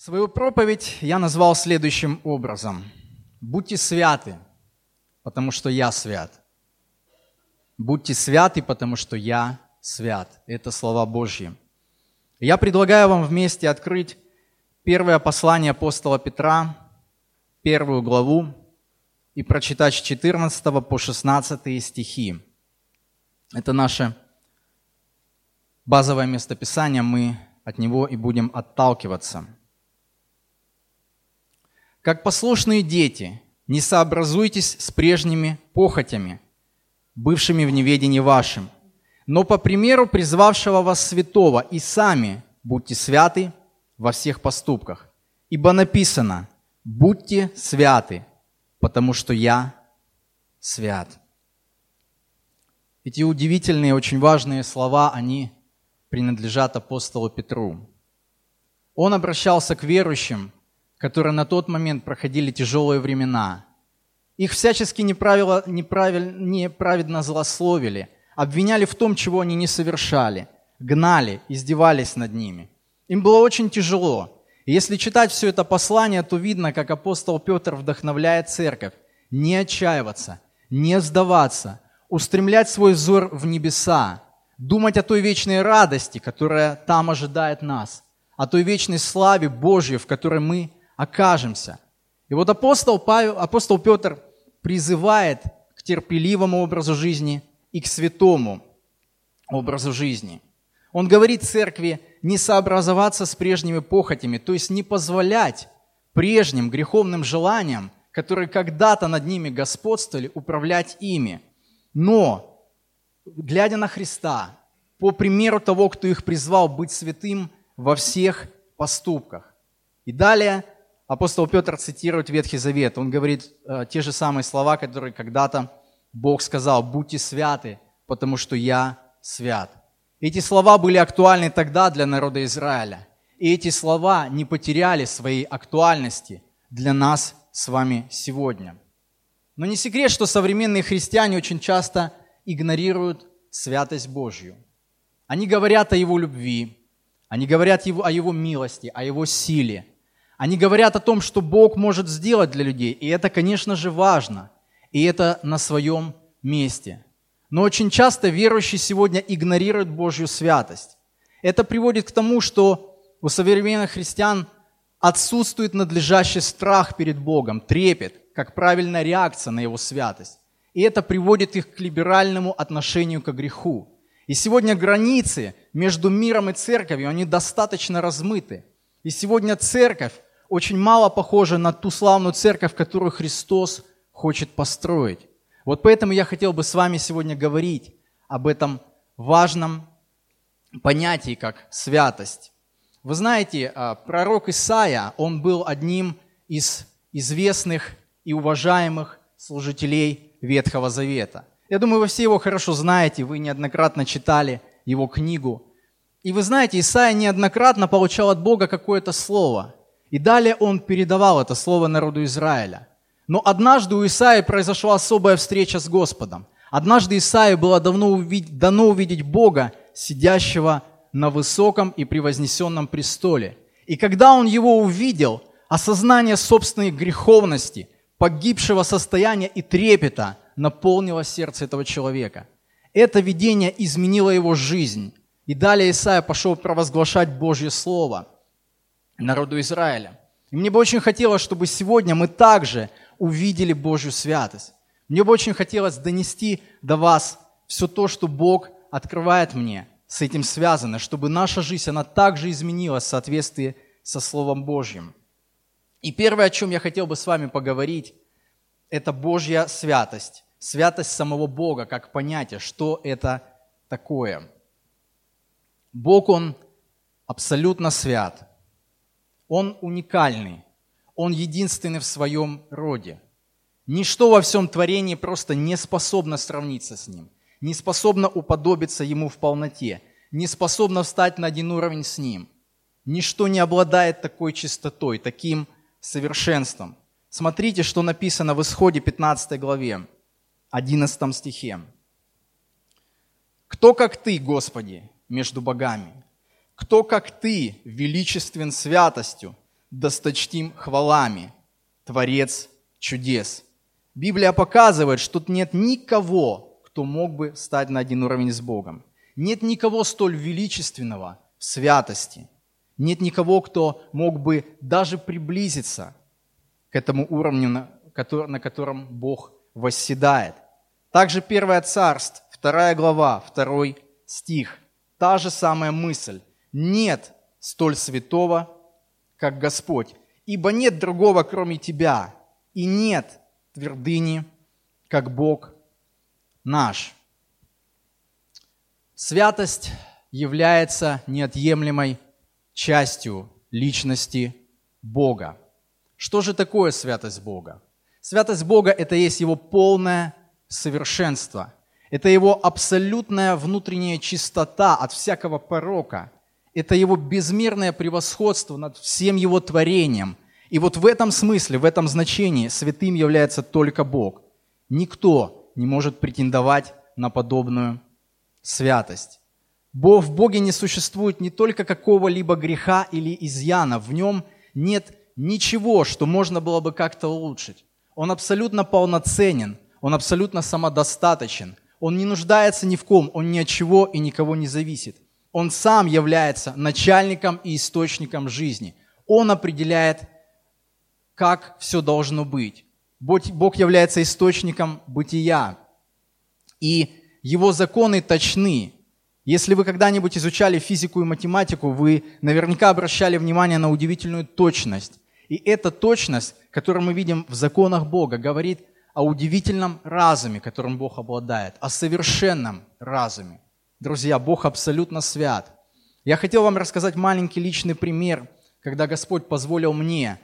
Свою проповедь я назвал следующим образом. Будьте святы, потому что я свят. Будьте святы, потому что я свят. Это слова Божьи. Я предлагаю вам вместе открыть первое послание апостола Петра, 1 главу, и прочитать с 14 по 16 стихи. Это наше базовое местописание, мы от него и будем отталкиваться. «Как послушные дети, не сообразуйтесь с прежними похотями, бывшими в неведении вашим, но по примеру призвавшего вас святого, и сами будьте святы во всех поступках. Ибо написано: будьте святы, потому что я свят». Эти удивительные, очень важные слова, они принадлежат апостолу Петру. Он обращался к верующим, которые на тот момент проходили тяжелые времена. Их всячески неправедно злословили, обвиняли в том, чего они не совершали, гнали, издевались над ними. Им было очень тяжело. И если читать все это послание, то видно, как апостол Петр вдохновляет церковь не отчаиваться, не сдаваться, устремлять свой взор в небеса, думать о той вечной радости, которая там ожидает нас, о той вечной славе Божьей, в которой мы окажемся. И вот апостол Петр призывает к терпеливому образу жизни и к святому образу жизни. Он говорит церкви не сообразоваться с прежними похотями, то есть не позволять прежним греховным желаниям, которые когда-то над ними господствовали, управлять ими. Но, глядя на Христа, по примеру того, кто их призвал быть святым во всех поступках. И далее апостол Петр цитирует Ветхий Завет. Он говорит те же самые слова, которые когда-то Бог сказал: «Будьте святы, потому что я свят». Эти слова были актуальны тогда для народа Израиля. И эти слова не потеряли своей актуальности для нас с вами сегодня. Но не секрет, что современные христиане очень часто игнорируют святость Божью. Они говорят о Его любви, они говорят о Его милости, о Его силе. Они говорят о том, что Бог может сделать для людей, и это, конечно же, важно, и это на своем месте. Но очень часто верующие сегодня игнорируют Божью святость. Это приводит к тому, что у современных христиан отсутствует надлежащий страх перед Богом, трепет, как правильная реакция на Его святость. И это приводит их к либеральному отношению к греху. И сегодня границы между миром и церковью, они достаточно размыты. И сегодня церковь очень мало похожа на ту славную церковь, которую Христос хочет построить. Вот поэтому я хотел бы с вами сегодня говорить об этом важном понятии, как святость. Вы знаете, пророк Исаия, он был одним из известных и уважаемых служителей Ветхого Завета. Я думаю, вы все его хорошо знаете, вы неоднократно читали его книгу. И вы знаете, Исаия неоднократно получал от Бога какое-то слово. И далее он передавал это слово народу Израиля. Но однажды у Исаии произошла особая встреча с Господом. Однажды Исаии было дано увидеть Бога, сидящего на высоком и превознесенном престоле. И когда он его увидел, осознание собственной греховности, погибшего состояния и трепета наполнило сердце этого человека. Это видение изменило его жизнь. И далее Исаия пошел провозглашать Божье Слово народу Израиля. И мне бы очень хотелось, чтобы сегодня мы также увидели Божью святость. Мне бы очень хотелось донести до вас все то, что Бог открывает мне, с этим связано, чтобы наша жизнь, она также изменилась в соответствии со Словом Божьим. И первое, о чем я хотел бы с вами поговорить, это Божья святость. Святость самого Бога, как понятие, что это такое. Бог, Он абсолютно свят. Он уникальный. Он единственный в своем роде. Ничто во всем творении просто не способно сравниться с Ним, не способно уподобиться Ему в полноте, не способно встать на один уровень с Ним. Ничто не обладает такой чистотой, таким совершенством. Смотрите, что написано в Исходе 15 главе, 11 стихе. «Кто, как Ты, Господи, между богами? Кто, как Ты, величествен святостью, досточтим хвалами, Творец чудес». Библия показывает, что тут нет никого, кто мог бы стать на один уровень с Богом. Нет никого столь величественного в святости. Нет никого, кто мог бы даже приблизиться к этому уровню, на котором Бог восседает. Также 1 Царств, 2 глава, 2 стих. Та же самая мысль. «Нет столь святого, как Господь, ибо нет другого, кроме Тебя, и нет твердыни, как Бог наш». Святость является неотъемлемой частью личности Бога. Что же такое святость Бога? Святость Бога – это есть Его полное совершенство. Это Его абсолютная внутренняя чистота от всякого порока. Это Его безмерное превосходство над всем Его творением. И вот в этом смысле, в этом значении святым является только Бог. Никто не может претендовать на подобную святость. В Боге не существует не только какого-либо греха или изъяна. В Нем нет ничего, что можно было бы как-то улучшить. Он абсолютно полноценен, Он абсолютно самодостаточен. Он не нуждается ни в ком, Он ни от чего и никого не зависит. Он сам является начальником и источником жизни. Он определяет, как все должно быть. Бог является источником бытия. И Его законы точны. Если вы когда-нибудь изучали физику и математику, вы наверняка обращали внимание на удивительную точность. И эта точность, которую мы видим в законах Бога, говорит о удивительном разуме, которым Бог обладает, о совершенном разуме. Друзья, Бог абсолютно свят. Я хотел вам рассказать маленький личный пример, когда Господь позволил мне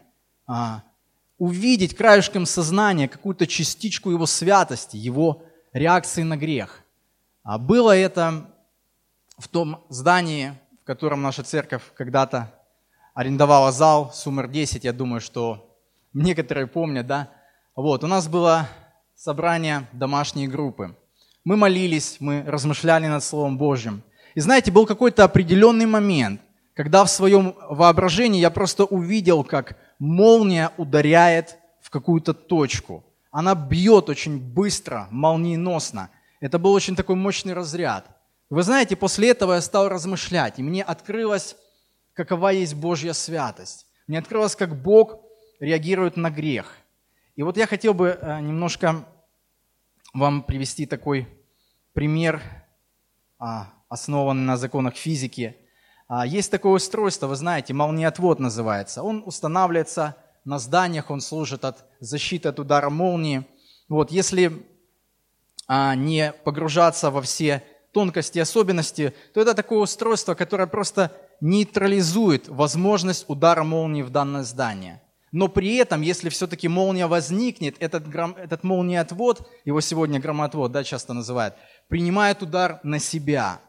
увидеть краешком сознания какую-то частичку Его святости, Его реакции на грех. Было это в том здании, в котором наша церковь когда-то арендовала зал, Сумер-10, я думаю, что некоторые помнят, да? Вот, у нас было собрание домашней группы. Мы молились, мы размышляли над Словом Божьим. И знаете, был какой-то определенный момент, когда в своем воображении я просто увидел, как молния ударяет в какую-то точку. Она бьет очень быстро, молниеносно. Это был очень такой мощный разряд. Вы знаете, после этого я стал размышлять, и мне открылось, какова есть Божья святость. Мне открылось, как Бог реагирует на грех. И вот я хотел бы немножко вам привести такой пример, основанный на законах физики. Есть такое устройство, вы знаете, молниеотвод называется. Он устанавливается на зданиях, он служит от защиты от удара молнии. Вот, если не погружаться во все тонкости и особенности, то это такое устройство, которое просто нейтрализует возможность удара молнии в данное здание. Но при этом, если все-таки молния возникнет, этот молниеотвод, его сегодня громоотвод, да, часто называют, принимает удар на себя.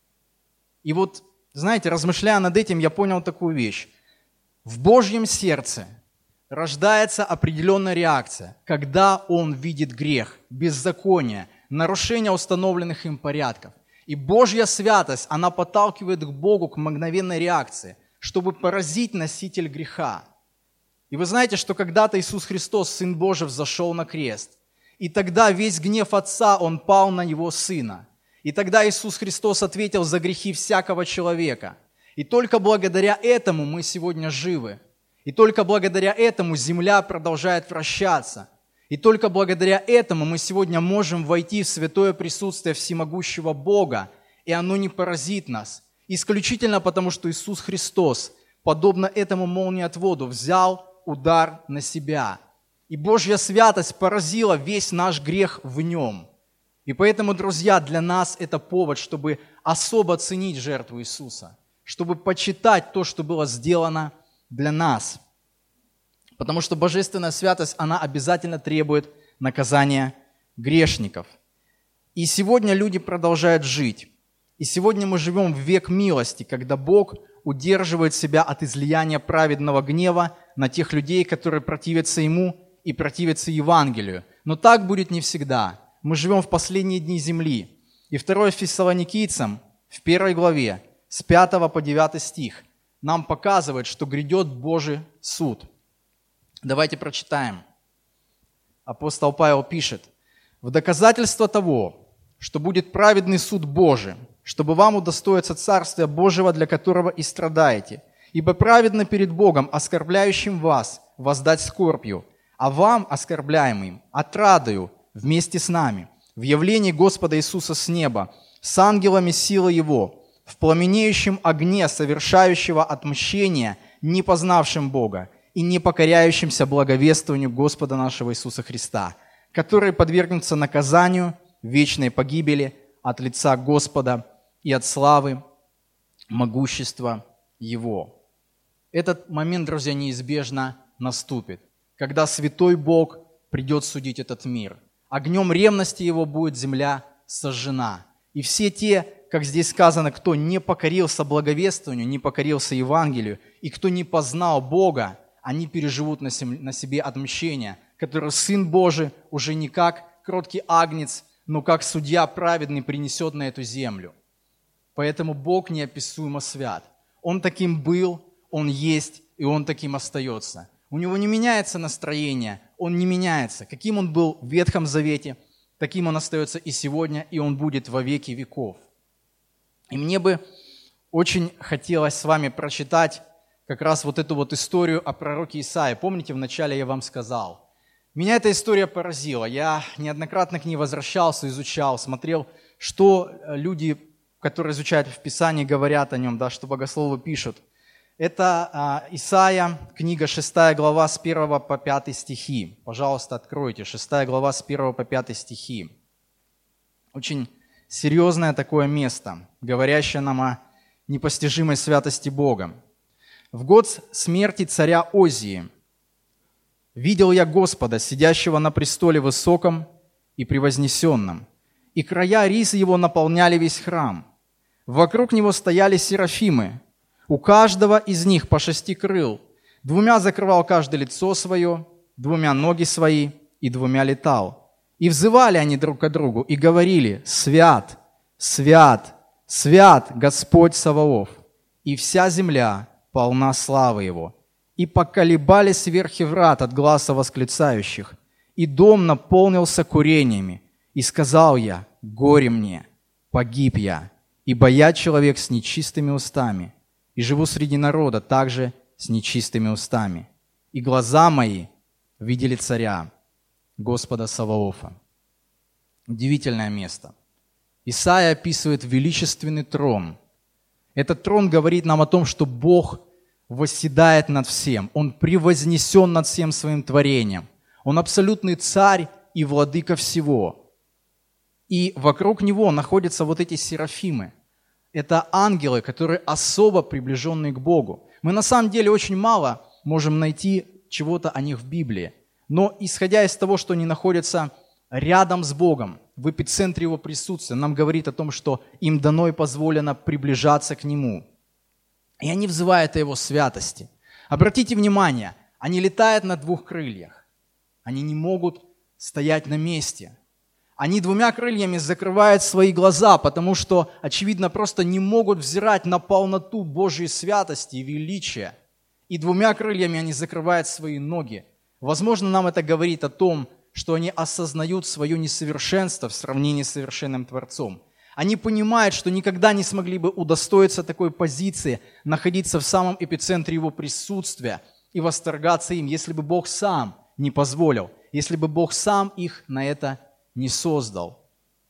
И вот, знаете, размышляя над этим, я понял такую вещь. В Божьем сердце рождается определенная реакция, когда он видит грех, беззаконие, нарушение установленных им порядков. И Божья святость, она подталкивает к Богу, к мгновенной реакции, чтобы поразить носитель греха. И вы знаете, что когда-то Иисус Христос, Сын Божий, взошел на крест. И тогда весь гнев Отца, он пал на Его Сына. И тогда Иисус Христос ответил за грехи всякого человека. И только благодаря этому мы сегодня живы. И только благодаря этому земля продолжает вращаться. И только благодаря этому мы сегодня можем войти в святое присутствие всемогущего Бога, и оно не поразит нас. Исключительно потому, что Иисус Христос, подобно этому молниеотводу, взял удар на себя. И Божья святость поразила весь наш грех в Нем. И поэтому, друзья, для нас это повод, чтобы особо ценить жертву Иисуса, чтобы почитать то, что было сделано для нас. Потому что божественная святость, она обязательно требует наказания грешников. И сегодня люди продолжают жить. И сегодня мы живем в век милости, когда Бог удерживает себя от излияния праведного гнева на тех людей, которые противятся Ему и противятся Евангелию. Но так будет не всегда. Мы живем в последние дни земли. И 2 Фессалоникийцам в 1 главе с 5 по 9 стих нам показывает, что грядет Божий суд. Давайте прочитаем. Апостол Павел пишет: «В доказательство того, что будет праведный суд Божий, чтобы вам удостоиться Царствия Божьего, для которого и страдаете. Ибо праведно перед Богом, оскорбляющим вас, воздать скорбью, а вам, оскорбляемым, отрадою вместе с нами, в явлении Господа Иисуса с неба, с ангелами силы Его, в пламенеющем огне совершающего отмщение, не познавшим Бога и не покоряющимся благовествованию Господа нашего Иисуса Христа, которые подвергнутся наказанию вечной погибели от лица Господа и от славы могущества Его». Этот момент, друзья, неизбежно наступит, когда святой Бог придет судить этот мир. Огнем ревности Его будет земля сожжена. И все те, как здесь сказано, кто не покорился благовествованию, не покорился Евангелию, и кто не познал Бога, они переживут на себе отмщение, которое Сын Божий уже не как кроткий агнец, но как судья праведный принесет на эту землю. Поэтому Бог неописуемо свят. Он таким был, Он есть, и Он таким остается. У Него не меняется настроение, Он не меняется. Каким Он был в Ветхом Завете, таким Он остается и сегодня, и Он будет во веки веков. И мне бы очень хотелось с вами прочитать как раз вот эту вот историю о пророке Исаии. Помните, вначале я вам сказал? Меня эта история поразила. Я неоднократно к ней возвращался, изучал, смотрел, что люди, которые изучают в Писании, говорят о нем, да, что богословы пишут. Это Исаия, книга 6 глава с 1 по 5 стихи. Пожалуйста, откройте, 6 глава с 1 по 5 стихи. Очень серьезное такое место, говорящее нам о непостижимой святости Бога. «В год смерти царя Озии видел я Господа, сидящего на престоле высоком и превознесенном, и края ризы его наполняли весь храм. Вокруг него стояли серафимы, у каждого из них по 6 крыл, 2 закрывал каждое лицо свое, 2 ноги свои, и 2 летал. И взывали они друг к другу, и говорили: «Свят, свят, свят Господь Саваоф, и вся земля полна славы Его». И поколебались верхи врат от гласа восклицающих, и дом наполнился курениями. И сказал я: горе мне, погиб я, ибо я человек с нечистыми устами, и живу среди народа также с нечистыми устами. И глаза мои видели царя, Господа Саваофа». Удивительное место. Исаия описывает величественный трон. Этот трон говорит нам о том, что Бог восседает над всем. Он превознесен над всем своим творением. Он абсолютный царь и владыка всего. И вокруг него находятся вот эти серафимы. Это ангелы, которые особо приближенные к Богу. Мы на самом деле очень мало можем найти чего-то о них в Библии. Но исходя из того, что они находятся рядом с Богом, в эпицентре Его присутствия, нам говорит о том, что им дано и позволено приближаться к Нему. И они взывают о Его святости. Обратите внимание, они летают на 2 крыльях. Они не могут стоять на месте. Они 2 крыльями закрывают свои глаза, потому что, очевидно, просто не могут взирать на полноту Божьей святости и величия. И 2 крыльями они закрывают свои ноги. Возможно, нам это говорит о том, что они осознают свое несовершенство в сравнении с совершенным Творцом. Они понимают, что никогда не смогли бы удостоиться такой позиции, находиться в самом эпицентре Его присутствия и восторгаться им, если бы Бог сам не позволил, если бы Бог сам их на это не создал.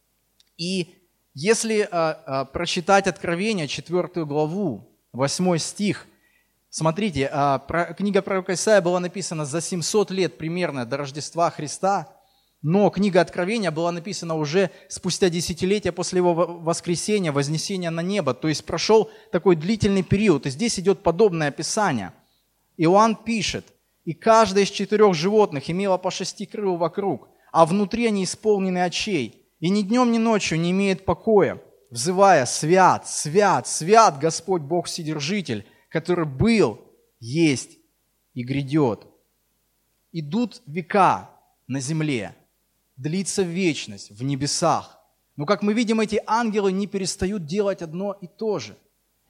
И если прочитать Откровение, 4 главу, 8 стих, смотрите, книга пророка Исаия была написана за 700 лет примерно до Рождества Христа, но книга Откровения была написана уже спустя десятилетия после Его воскресения, вознесения на небо. То есть прошел такой длительный период. И здесь идет подобное описание. Иоанн пишет: «И каждое из 4 животных имело по 6 крыл вокруг, а внутри они исполнены очей, и ни днем, ни ночью не имеют покоя, взывая: свят, свят, свят Господь Бог Вседержитель, который был, есть и грядет». Идут века на земле, длится вечность в небесах. Но, как мы видим, эти ангелы не перестают делать одно и то же.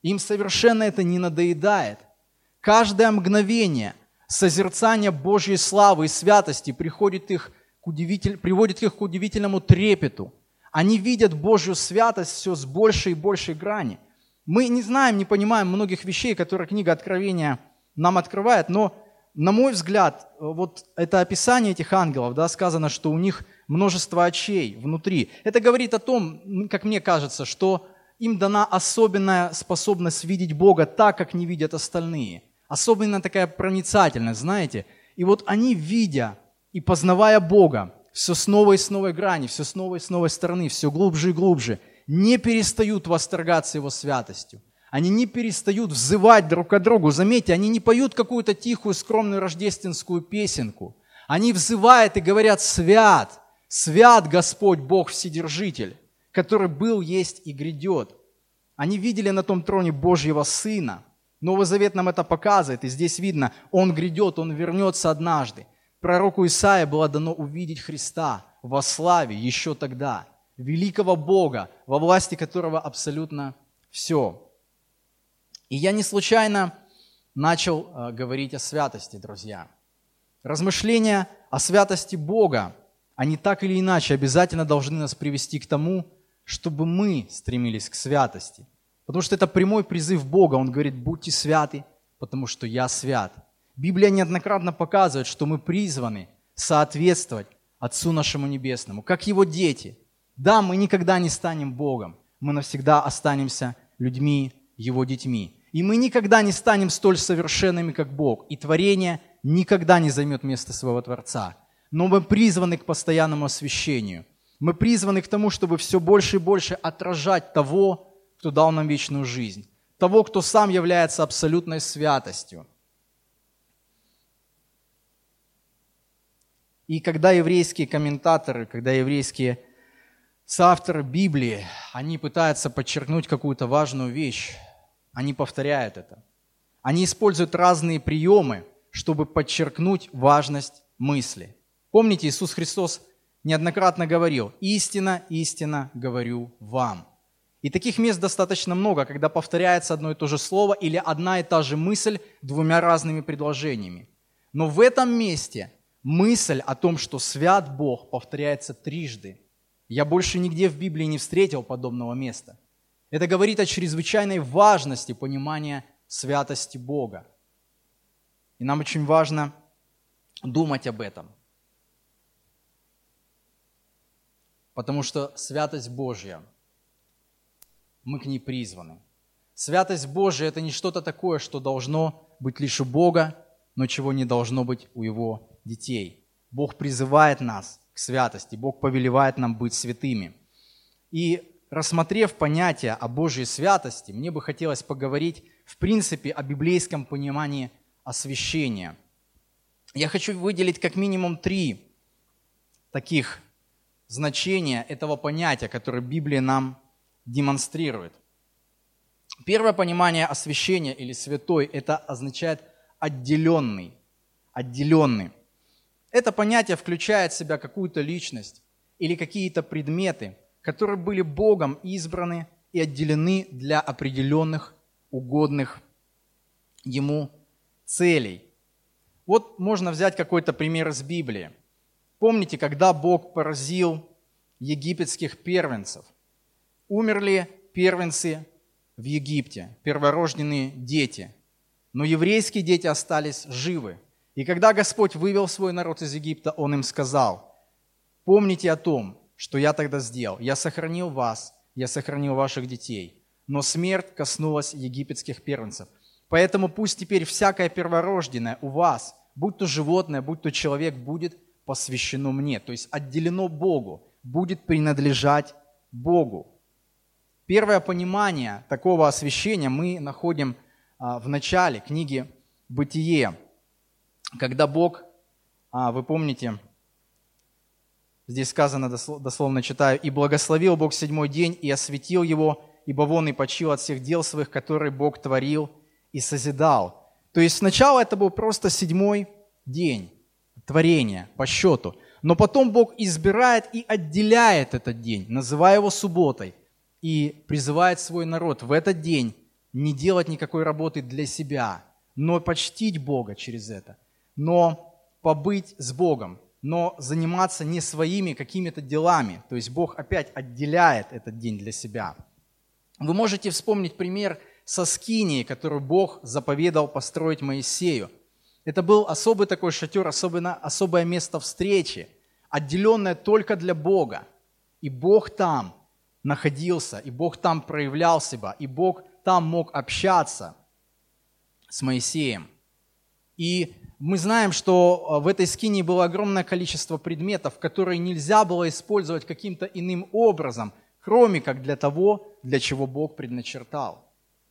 Им совершенно это не надоедает. Каждое мгновение созерцания Божьей славы и святости приводит их к удивительному трепету. Они видят Божью святость все с большей и большей грани. Мы не знаем, не понимаем многих вещей, которые книга Откровения нам открывает, но, на мой взгляд, вот это описание этих ангелов, да, сказано, что у них множество очей внутри. Это говорит о том, как мне кажется, что им дана особенная способность видеть Бога так, как не видят остальные. Особенно такая проницательность, знаете. И вот они, видя и познавая Бога, все с новой и с новой грани, все с новой и с новой стороны, все глубже и глубже, не перестают восторгаться Его святостью. Они не перестают взывать друг к другу. Заметьте, они не поют какую-то тихую, скромную рождественскую песенку. Они взывают и говорят: «Свят, свят Господь Бог Вседержитель, который был, есть и грядет». Они видели на том троне Божьего Сына. Новый Завет нам это показывает, и здесь видно, Он грядет, Он вернется однажды. Пророку Исаии было дано увидеть Христа во славе еще тогда, великого Бога, во власти которого абсолютно все. И я не случайно начал говорить о святости, друзья. Размышления о святости Бога, они так или иначе обязательно должны нас привести к тому, чтобы мы стремились к святости. Потому что это прямой призыв Бога. Он говорит: «Будьте святы, потому что я свят». Библия неоднократно показывает, что мы призваны соответствовать Отцу нашему Небесному, как Его дети. Да, мы никогда не станем Богом, мы навсегда останемся людьми, Его детьми. И мы никогда не станем столь совершенными, как Бог. И творение никогда не займет место своего Творца. Но мы призваны к постоянному освящению. Мы призваны к тому, чтобы все больше и больше отражать того, кто дал нам вечную жизнь. Того, кто сам является абсолютной святостью. И когда еврейские комментаторы, когда еврейские соавторы Библии, они пытаются подчеркнуть какую-то важную вещь, они повторяют это. Они используют разные приемы, чтобы подчеркнуть важность мысли. Помните, Иисус Христос неоднократно говорил: «Истина, истина говорю вам». И таких мест достаточно много, когда повторяется одно и то же слово или одна и та же мысль двумя разными предложениями. Но в этом месте мысль о том, что свят Бог, повторяется трижды. Я больше нигде в Библии не встретил подобного места. Это говорит о чрезвычайной важности понимания святости Бога. И нам очень важно думать об этом. Потому что святость Божья, мы к ней призваны. Святость Божья – это не что-то такое, что должно быть лишь у Бога, но чего не должно быть у Его детей. Бог призывает нас к святости, Бог повелевает нам быть святыми. И рассмотрев понятие о Божьей святости, мне бы хотелось поговорить, в принципе, о библейском понимании освящения. Я хочу выделить как минимум 3 таких значения этого понятия, которое Библия нам демонстрирует. Первое понимание освящения или святой – это означает отделенный. Отделенный. Это понятие включает в себя какую-то личность или какие-то предметы, которые были Богом избраны и отделены для определенных, угодных Ему целей. Вот можно взять какой-то пример из Библии. Помните, когда Бог поразил египетских первенцев? Умерли первенцы в Египте, перворожденные дети, но еврейские дети остались живы. И когда Господь вывел свой народ из Египта, Он им сказал: «Помните о том, что я тогда сделал. Я сохранил вас, я сохранил ваших детей, но смерть коснулась египетских первенцев. Поэтому пусть теперь всякое перворожденное у вас, будь то животное, будь то человек, будет посвящено мне». То есть отделено Богу, будет принадлежать Богу. Первое понимание такого освящения мы находим в начале книги «Бытие», когда Бог, вы помните, здесь сказано, дословно читаю: «И благословил Бог 7-й день, и осветил его, ибо вон и почил от всех дел своих, которые Бог творил и созидал». То есть сначала это был просто 7-й день творения по счету, но потом Бог избирает и отделяет этот день, называя его субботой, и призывает свой народ в этот день не делать никакой работы для себя, но почтить Бога через это, но побыть с Богом, но заниматься не своими какими-то делами. То есть Бог опять отделяет этот день для себя. Вы можете вспомнить пример со скинией, которую Бог заповедал построить Моисею. Это был особый такой шатер, особое место встречи, отделенное только для Бога. И Бог там находился, и Бог там проявлял себя, и Бог там мог общаться с Моисеем. И мы знаем, что в этой скинии было огромное количество предметов, которые нельзя было использовать каким-то иным образом, кроме как для того, для чего Бог предначертал.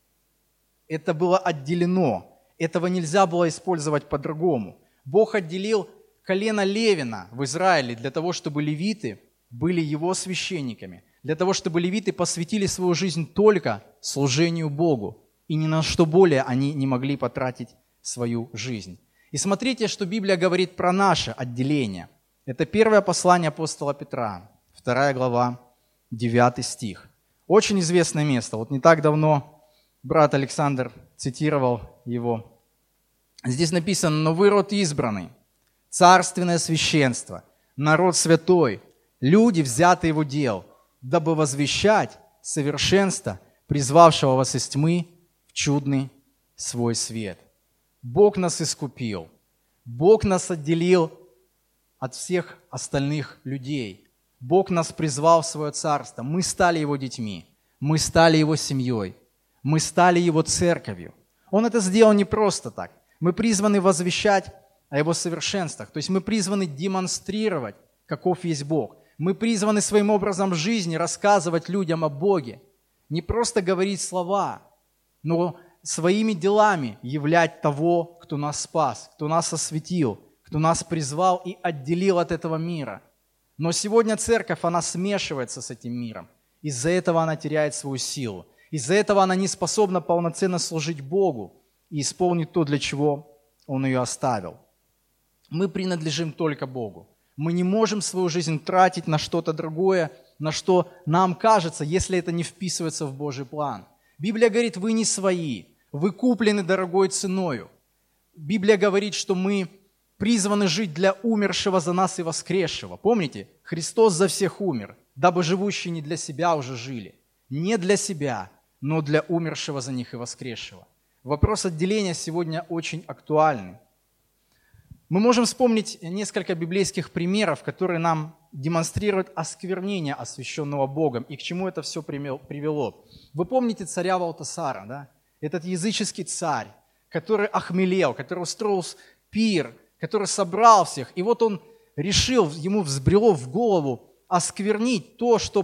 Это было отделено. Этого нельзя было использовать по-другому. Бог отделил колено Левина в Израиле для того, чтобы левиты были его священниками, для того, чтобы левиты посвятили свою жизнь только служению Богу, и ни на что более они не могли потратить свою жизнь. И смотрите, что Библия говорит про наше отделение. Это первое послание апостола Петра, 2 глава, 9 стих. Очень известное место. Вот не так давно брат Александр цитировал его. Здесь написано: «Но вы род избранный, царственное священство, народ святой, люди, взятые в удел, дабы возвещать совершенство, призвавшего вас из тьмы в чудный свой свет». Бог нас искупил, Бог нас отделил от всех остальных людей. Бог нас призвал в свое царство. Мы стали Его детьми, мы стали Его семьей, мы стали Его церковью. Он это сделал не просто так. Мы призваны возвещать о Его совершенствах. То есть мы призваны демонстрировать, каков есть Бог. Мы призваны своим образом жизни рассказывать людям о Боге. Не просто говорить слова, но своими делами являть того, кто нас спас, кто нас осветил, кто нас призвал и отделил от этого мира. Но сегодня церковь, она смешивается с этим миром. Из-за этого она теряет свою силу. Из-за этого она не способна полноценно служить Богу и исполнить то, для чего Он ее оставил. Мы принадлежим только Богу. Мы не можем свою жизнь тратить на что-то другое, на что нам кажется, если это не вписывается в Божий план. Библия говорит: вы не свои, вы куплены дорогой ценою. Библия говорит, что мы призваны жить для умершего за нас и воскресшего. Помните? Христос за всех умер, дабы живущие не для себя уже жили. Не для себя, но для умершего за них и воскресшего. Вопрос отделения сегодня очень актуальный. Мы можем вспомнить несколько библейских примеров, которые нам демонстрируют осквернение освященного Богом и к чему это все привело. Вы помните царя Валтасара, да? Этот языческий царь, который охмелел, который устроил пир, который собрал всех. И вот он решил, ему взбрело в голову осквернить то, что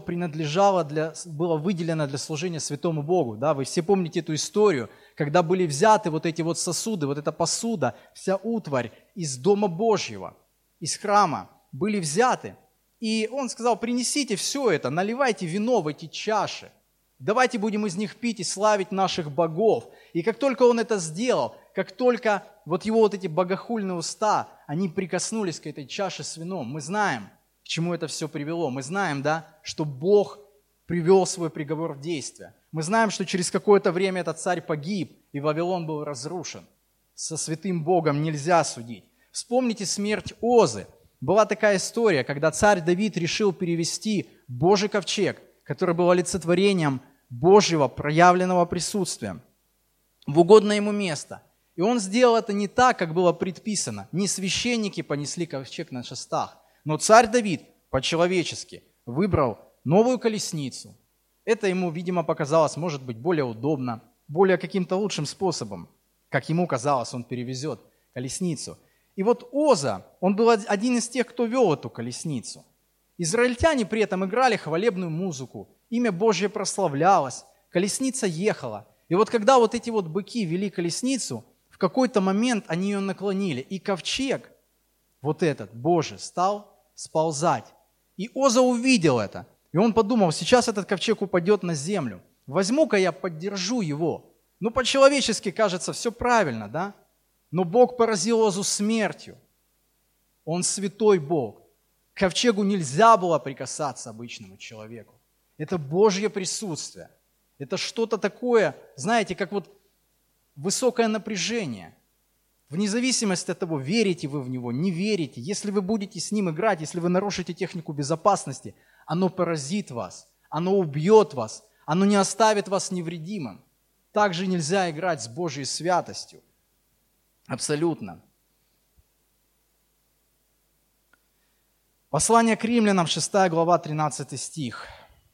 было выделено для служения святому Богу. Да? Вы все помните эту историю, когда были взяты вот эти вот сосуды, вот эта посуда, вся утварь из Дома Божьего, из храма, были взяты. И он сказал: принесите все это, наливайте вино в эти чаши, давайте будем из них пить и славить наших богов. И как только он это сделал, как только вот его вот эти богохульные уста, они прикоснулись к этой чаше с вином, мы знаем, к чему это все привело. Мы знаем, да, что Бог привел свой приговор в действие. Мы знаем, что через какое-то время этот царь погиб, и Вавилон был разрушен. Со святым Богом нельзя судить. Вспомните смерть Озы. Была такая история, когда царь Давид решил перевести Божий ковчег, который был олицетворением Божьего проявленного присутствия, в угодное ему место. И он сделал это не так, как было предписано. Не священники понесли ковчег на шестах, но царь Давид по-человечески выбрал новую колесницу. Это ему, видимо, показалось, может быть, более удобно, более каким-то лучшим способом. Как ему казалось, он перевезет колесницу. И вот Оза, он был один из тех, кто вел эту колесницу. Израильтяне при этом играли хвалебную музыку, имя Божье прославлялось, колесница ехала. И вот когда вот эти вот быки вели колесницу, в какой-то момент они ее наклонили, и ковчег, вот этот Божий, стал сползать. И Оза увидел это, и он подумал: сейчас этот ковчег упадет на землю, возьму-ка я поддержу его. Ну, по-человечески кажется, все правильно, да? Но Бог поразил Озу смертью. Он святой Бог. К ковчегу нельзя было прикасаться обычному человеку. Это Божье присутствие. Это что-то такое, знаете, как вот высокое напряжение. Вне зависимости от того, верите вы в него, не верите, если вы будете с ним играть, если вы нарушите технику безопасности, оно поразит вас, оно убьет вас, оно не оставит вас невредимым. Также нельзя играть с Божьей святостью. Абсолютно. Послание к римлянам, 6 глава, 13 стих.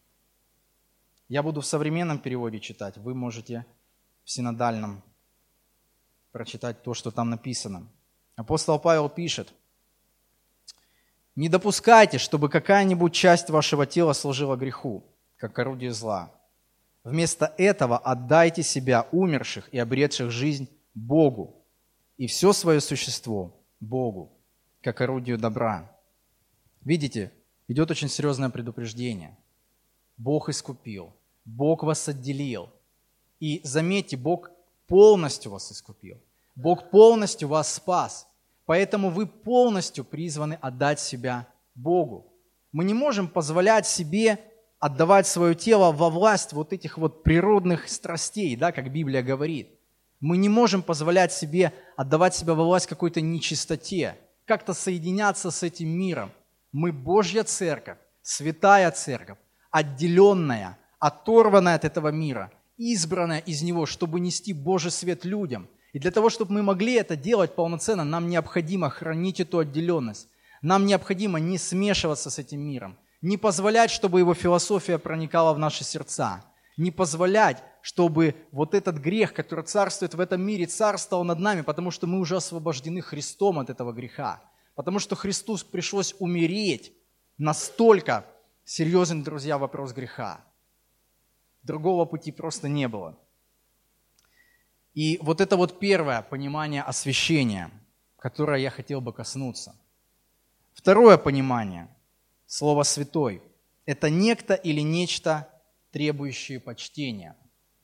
Я буду в современном переводе читать, вы можете в синодальном прочитать то, что там написано. Апостол Павел пишет: «Не допускайте, чтобы какая-нибудь часть вашего тела служила греху, как орудие зла. Вместо этого отдайте себя умерших и обретших жизнь Богу, и все свое существо Богу, как орудию добра». Видите, идет очень серьезное предупреждение. Бог искупил, Бог вас отделил. И заметьте, Бог полностью вас искупил. Бог полностью вас спас. Поэтому вы полностью призваны отдать себя Богу. Мы не можем позволять себе отдавать свое тело во власть вот этих вот природных страстей, да, как Библия говорит. Мы не можем позволять себе отдавать себя во власть какой-то нечистоте, как-то соединяться с этим миром. Мы Божья церковь, святая церковь, отделенная, оторванная от этого мира, избранная из него, чтобы нести Божий свет людям. И для того, чтобы мы могли это делать полноценно, нам необходимо хранить эту отделенность. Нам необходимо не смешиваться с этим миром, не позволять, чтобы его философия проникала в наши сердца, не позволять, чтобы вот этот грех, который царствует в этом мире, царствовал над нами, потому что мы уже освобождены Христом от этого греха. Потому что Христу пришлось умереть. Настолько серьезен, друзья, вопрос греха. Другого пути просто не было. И вот это вот первое понимание освящения, которое я хотел бы коснуться. Второе понимание слова «святой» – это некто или нечто, требующее почтения.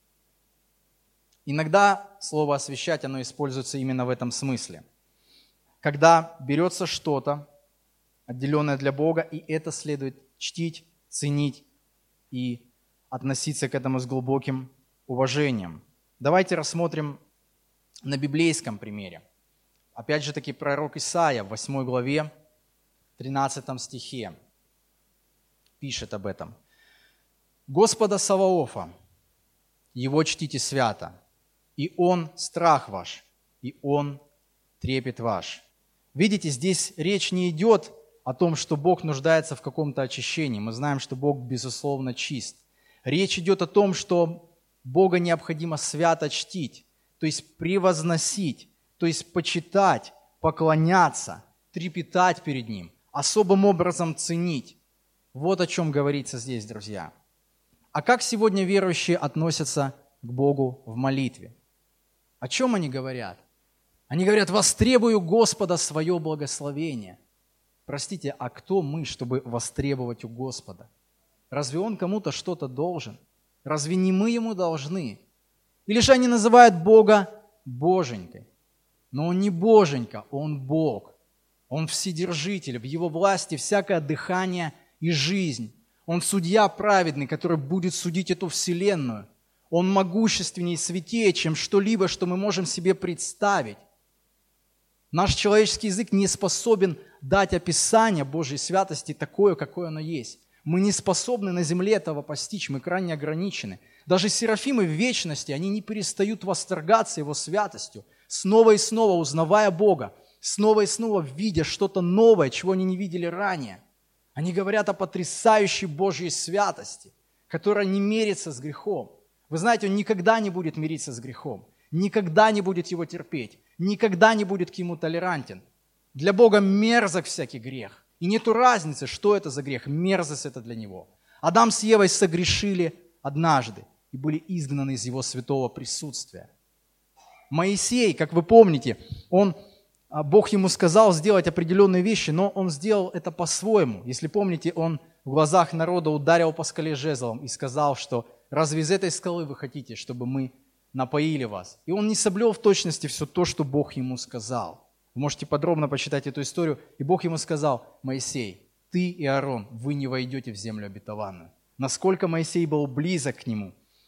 Иногда слово «освящать» оно используется именно в этом смысле. Когда берется что-то, отделенное для Бога, и это следует чтить, ценить и относиться к этому с глубоким уважением. Давайте рассмотрим на библейском примере. Опять же таки пророк Исаия в 8 главе, 13 стихе пишет об этом. «Господа Саваофа, Его чтите свято, и Он страх ваш, и Он трепет ваш». Видите, здесь речь не идет о том, что Бог нуждается в каком-то очищении. Мы знаем, что Бог, безусловно, чист. Речь идет о том, что Бога необходимо свято чтить, то есть превозносить, то есть почитать, поклоняться, трепетать перед Ним, особым образом ценить. Вот о чем говорится здесь, друзья. А как сегодня верующие относятся к Богу в молитве? О чем они говорят? Они говорят: «Востребую Господа свое благословение». Простите, а кто мы, чтобы востребовать у Господа? Разве Он кому-то что-то должен? Разве не мы Ему должны? Или же они называют Бога Боженькой? Но Он не Боженька, Он Бог. Он Вседержитель, в Его власти всякое дыхание и жизнь. Он судья праведный, который будет судить эту вселенную. Он могущественнее и святее, чем что-либо, что мы можем себе представить. Наш человеческий язык не способен дать описание Божьей святости такое, какое оно есть. Мы не способны на земле этого постичь, мы крайне ограничены. Даже серафимы в вечности, они не перестают восторгаться Его святостью, снова и снова узнавая Бога, снова и снова видя что-то новое, чего они не видели ранее. Они говорят о потрясающей Божьей святости, которая не мирится с грехом. Вы знаете, Он никогда не будет мириться с грехом, никогда не будет его терпеть, никогда не будет к ему толерантен. Для Бога мерзок всякий грех. И нету разницы, что это за грех, мерзость это для Него. Адам с Евой согрешили однажды и были изгнаны из Его святого присутствия. Моисей, как вы помните, Бог ему сказал сделать определенные вещи, но он сделал это по-своему. Если помните, он в глазах народа ударил по скале жезлом и сказал, что «Разве из этой скалы вы хотите, чтобы мы напоили вас?» И он не соблюл в точности все то, что Бог ему сказал. Вы можете подробно почитать эту историю. И Бог ему сказал: «Моисей, ты и Аарон, вы не войдете в землю обетованную». Насколько Моисей был близок к нему.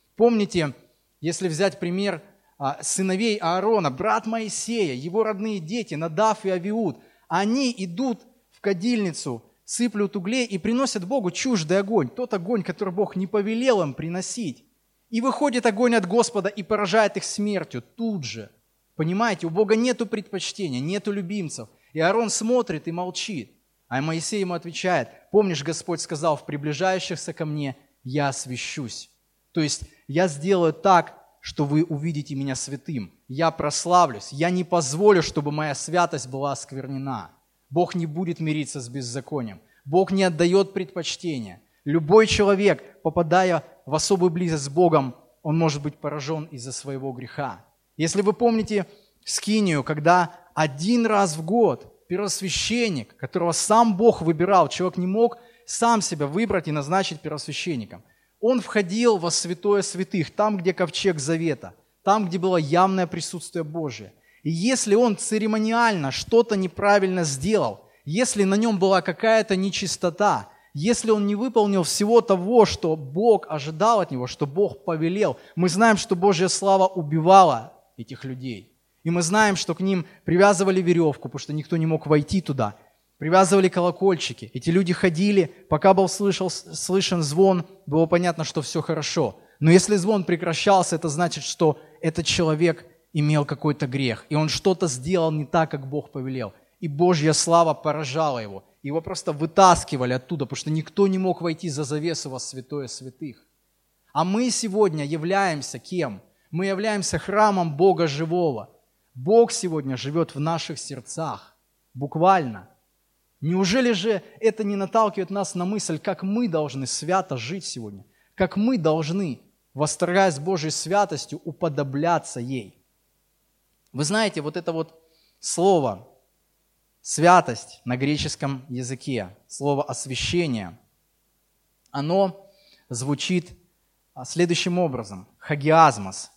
Помните, если взять пример сыновей Аарона, брат Моисея, его родные дети, Надав и Авиуд, они идут в кадильницу, сыплют углей и приносят Богу чуждый огонь, тот огонь, который Бог не повелел им приносить. И выходит огонь от Господа и поражает их смертью тут же. Понимаете, у Бога нету предпочтения, нету любимцев. И Аарон смотрит и молчит. А Моисей ему отвечает: помнишь, Господь сказал: в приближающихся ко мне я освящусь. То есть я сделаю так, что вы увидите меня святым. Я прославлюсь, я не позволю, чтобы моя святость была осквернена. Бог не будет мириться с беззаконием. Бог не отдает предпочтения. Любой человек, попадая в особую близость с Богом, он может быть поражен из-за своего греха. Если вы помните скинию, когда один раз в год первосвященник, которого сам Бог выбирал, человек не мог сам себя выбрать и назначить первосвященником, он входил во святое святых, там, где ковчег завета, там, где было явное присутствие Божие. И если он церемониально что-то неправильно сделал, если на нем была какая-то нечистота, если он не выполнил всего того, что Бог ожидал от него, что Бог повелел, мы знаем, что Божья слава убивала этих людей. И мы знаем, что к ним привязывали веревку, потому что никто не мог войти туда. Привязывали колокольчики. Эти люди ходили, пока был слышен звон, было понятно, что все хорошо. Но если звон прекращался, это значит, что этот человек имел какой-то грех, и он что-то сделал не так, как Бог повелел. И Божья слава поражала его. Его просто вытаскивали оттуда, потому что никто не мог войти за завесу во святое святых. А мы сегодня являемся кем? Мы являемся храмом Бога живого. Бог сегодня живет в наших сердцах. Буквально. Неужели же это не наталкивает нас на мысль, как мы должны свято жить сегодня? Как мы должны, восторгаясь Божьей святостью, уподобляться ей? Вы знаете, вот это вот слово «святость» на греческом языке, слово «освящение», оно звучит следующим образом – хагиасмос,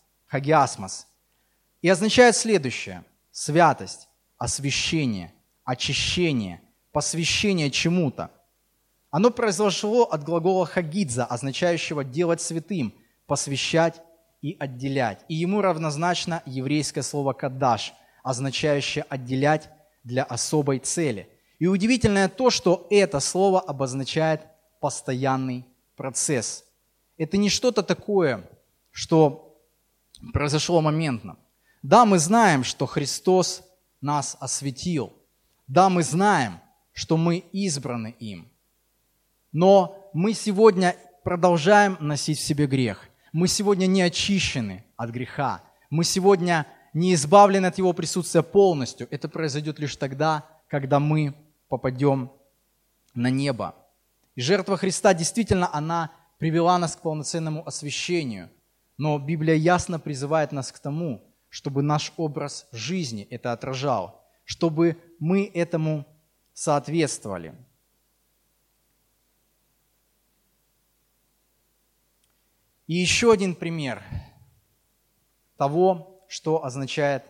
и означает следующее – святость, освящение, очищение, посвящение чему-то. Оно произошло от глагола хагидза, означающего делать святым, посвящать и отделять. И ему равнозначно еврейское слово кадаш, означающее отделять для особой цели. И удивительное то, что это слово обозначает постоянный процесс. Это не что-то такое, что произошло моментно. Да, мы знаем, что Христос нас осветил. Да, мы знаем, что мы избраны им. Но мы сегодня продолжаем носить в себе грех. Мы сегодня не очищены от греха. Мы сегодня не избавлены от его присутствия полностью. Это произойдет лишь тогда, когда мы попадем на небо. И жертва Христа действительно, она привела нас к полноценному освящению. Но Библия ясно призывает нас к тому, чтобы наш образ жизни это отражал, чтобы мы этому соответствовали. И еще один пример того, что означает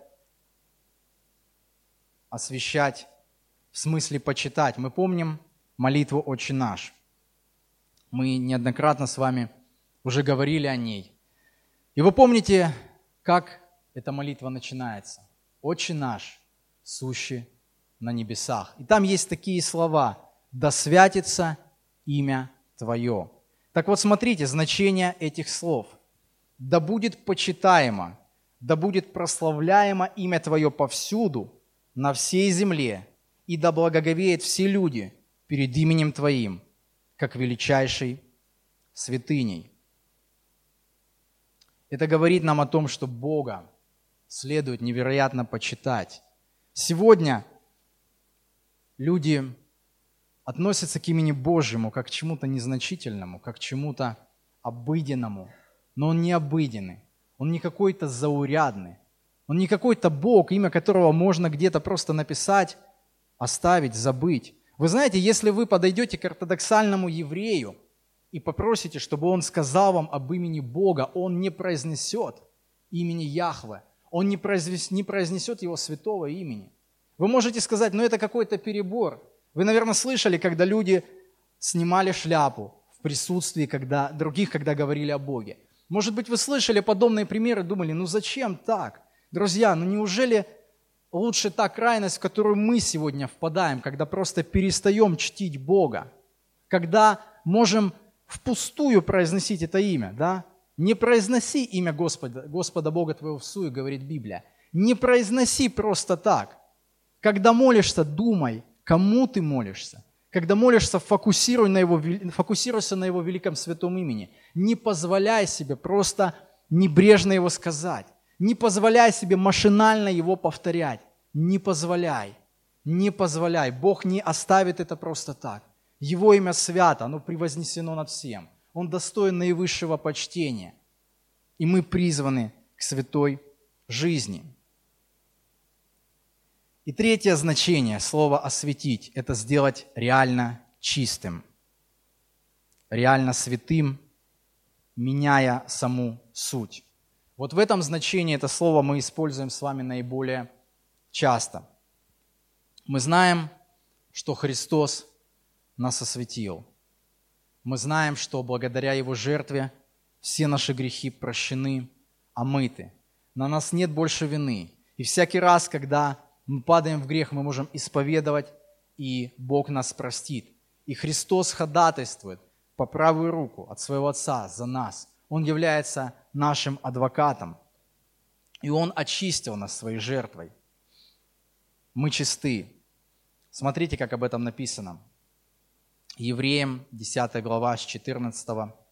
освящать, в смысле почитать. Мы помним молитву «Отче наш». Мы неоднократно с вами уже говорили о ней. И вы помните, как эта молитва начинается? «Отче наш, сущий на небесах». И там есть такие слова: «Да святится имя Твое». Так вот, смотрите, значение этих слов. «Да будет почитаемо, да будет прославляемо имя Твое повсюду, на всей земле, и да благоговеют все люди перед именем Твоим, как величайшей святыней». Это говорит нам о том, что Бога следует невероятно почитать. Сегодня люди относятся к имени Божьему как к чему-то незначительному, как к чему-то обыденному. Но он не обыденный, он не какой-то заурядный, он не какой-то Бог, имя которого можно где-то просто написать, оставить, забыть. Вы знаете, если вы подойдете к ортодоксальному еврею и попросите, чтобы он сказал вам об имени Бога, он не произнесет имени Яхве, он не произнесет его святого имени. Вы можете сказать, это какой-то перебор. Вы, наверное, слышали, когда люди снимали шляпу в присутствии других, когда говорили о Боге. Может быть, вы слышали подобные примеры, думали, ну зачем так? Друзья, ну неужели лучше та крайность, в которую мы сегодня впадаем, когда просто перестаем чтить Бога, когда можем впустую произносить это имя, да? Не произноси имя Господа Бога твоего всуе, говорит Библия. Не произноси просто так. Когда молишься, думай, кому ты молишься. Когда молишься, фокусируйся на Его великом святом имени. Не позволяй себе просто небрежно Его сказать. Не позволяй себе машинально Его повторять. Не позволяй. Не позволяй. Бог не оставит это просто так. Его имя свято, оно превознесено над всем. Он достоин наивысшего почтения. И мы призваны к святой жизни. И третье значение слова «осветить» – это сделать реально чистым, реально святым, меняя саму суть. Вот в этом значении это слово мы используем с вами наиболее часто. Мы знаем, что Христос нас осветил. Мы знаем, что благодаря Его жертве все наши грехи прощены, омыты. На нас нет больше вины. И всякий раз, когда мы падаем в грех, мы можем исповедовать, и Бог нас простит. И Христос ходатайствует по правую руку от своего Отца за нас. Он является нашим адвокатом. И Он очистил нас своей жертвой. Мы чисты. Смотрите, как об этом написано. Евреям, 10 глава, с 14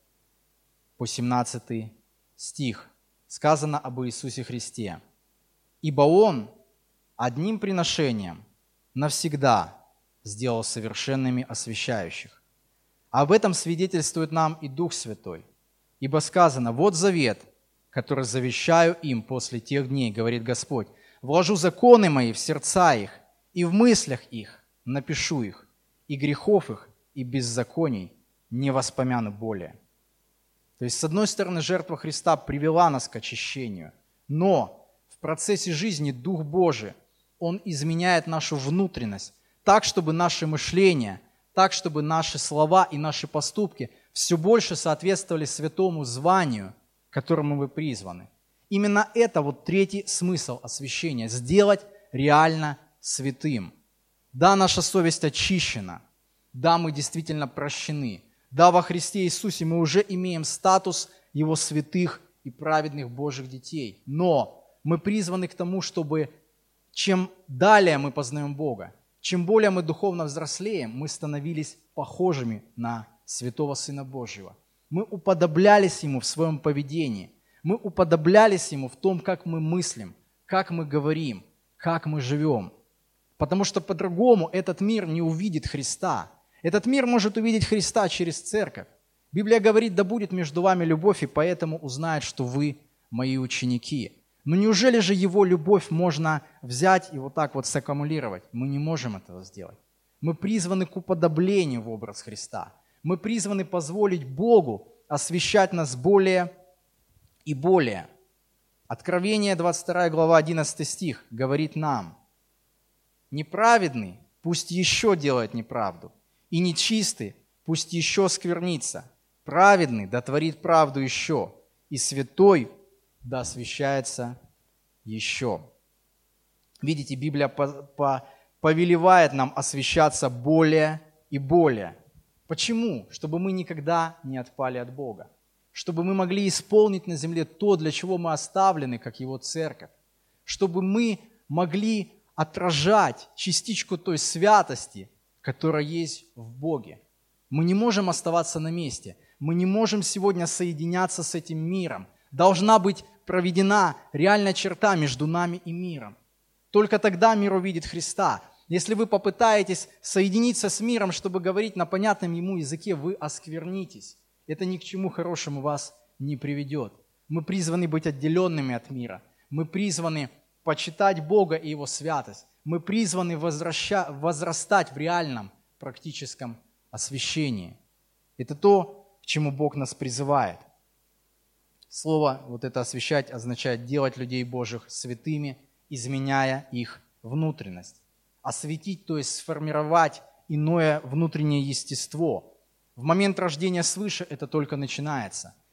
по 17 стих. Сказано об Иисусе Христе. «Ибо Он одним приношением навсегда сделал совершенными освящающих. Об этом свидетельствует нам и Дух Святой. Ибо сказано, вот завет, который завещаю им после тех дней, говорит Господь, вложу законы мои в сердца их, и в мыслях их напишу их, и грехов их, и беззаконий не воспомяну более». То есть, с одной стороны, жертва Христа привела нас к очищению, но в процессе жизни Дух Божий, Он изменяет нашу внутренность так, чтобы наше мышление, так, чтобы наши слова и наши поступки все больше соответствовали святому званию, к которому мы призваны. Именно это вот третий смысл освящения – сделать реально святым. Да, наша совесть очищена, да, мы действительно прощены, да, во Христе Иисусе мы уже имеем статус Его святых и праведных Божьих детей, но мы призваны к тому, чтобы чем далее мы познаем Бога, чем более мы духовно взрослеем, мы становились похожими на святого Сына Божьего. Мы уподоблялись Ему в своем поведении, мы уподоблялись Ему в том, как мы мыслим, как мы говорим, как мы живем. Потому что по-другому этот мир не увидит Христа. Этот мир может увидеть Христа через церковь. Библия говорит, да будет между вами любовь, и поэтому узнают, что вы мои ученики. Но неужели же Его любовь можно взять и вот так вот саккумулировать? Мы не можем этого сделать. Мы призваны к уподоблению в образ Христа. Мы призваны позволить Богу освящать нас более и более. Откровение, 22 глава, 11 стих, говорит нам, «Неправедный пусть еще делает неправду, и нечистый пусть еще сквернится. Праведный да творит правду еще, и святой да освящается еще». Видите, Библия повелевает нам освящаться более и более. Почему? Чтобы мы никогда не отпали от Бога. Чтобы мы могли исполнить на земле то, для чего мы оставлены, как Его церковь. Чтобы мы могли отражать частичку той святости, которая есть в Боге. Мы не можем оставаться на месте. Мы не можем сегодня соединяться с этим миром. Должна быть проведена реальная черта между нами и миром. Только тогда мир увидит Христа. Если вы попытаетесь соединиться с миром, чтобы говорить на понятном ему языке, вы осквернитесь. Это ни к чему хорошему вас не приведет. Мы призваны быть отделенными от мира. Мы призваны почитать Бога и Его святость. Мы призваны возрастать в реальном практическом освящении. Это то, к чему Бог нас призывает. Слово вот это «освящать» означает делать людей Божьих святыми, изменяя их внутренность. Осветить, то есть сформировать иное внутреннее естество. В момент рождения свыше это только начинается.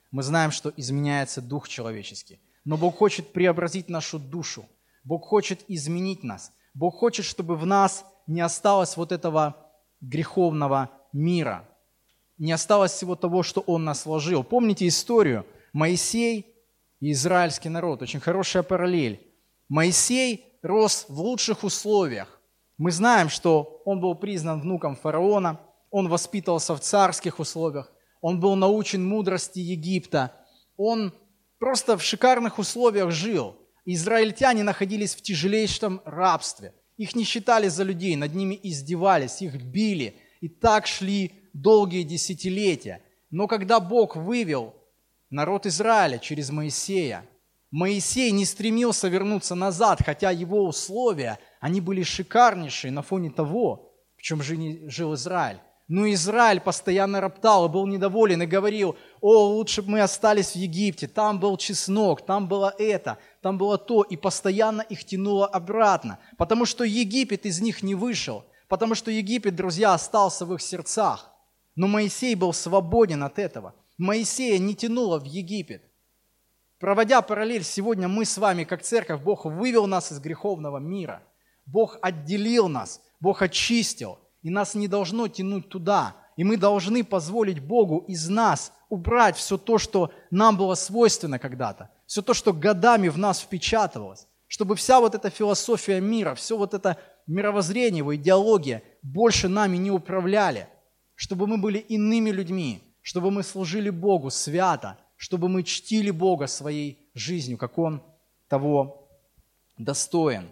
Мы знаем, что изменяется дух человеческий. Но Бог хочет преобразить нашу душу. Бог хочет изменить нас. Бог хочет, чтобы в нас не осталось вот этого греховного мира. Не осталось всего того, что Он нас вложил. Помните историю? Моисей и израильский народ. Очень хорошая параллель. Моисей рос в лучших условиях. Мы знаем, что он был признан внуком фараона. Он воспитывался в царских условиях. Он был научен мудрости Египта. Он просто в шикарных условиях жил. Израильтяне находились в тяжелейшем рабстве. Их не считали за людей, над ними издевались, их били. И так шли долгие десятилетия. Но когда Бог вывел народ Израиля через Моисея, Моисей не стремился вернуться назад, хотя его условия, они были шикарнейшие на фоне того, в чем жил Израиль. Но Израиль постоянно роптал и был недоволен и говорил: «О, лучше бы мы остались в Египте, там был чеснок, там было это, там было то», и постоянно их тянуло обратно, потому что Египет из них не вышел, потому что Египет, друзья, остался в их сердцах. Но Моисей был свободен от этого. Моисея не тянуло в Египет. Проводя параллель, сегодня мы с вами, как церковь, Бог вывел нас из греховного мира. Бог отделил нас, Бог очистил. И нас не должно тянуть туда. И мы должны позволить Богу из нас убрать все то, что нам было свойственно когда-то. Все то, что годами в нас впечатывалось. Чтобы вся вот эта философия мира, все вот это мировоззрение, его идеология больше нами не управляли. Чтобы мы были иными людьми. Чтобы мы служили Богу свято. Чтобы мы чтили Бога своей жизнью, как Он того достоин.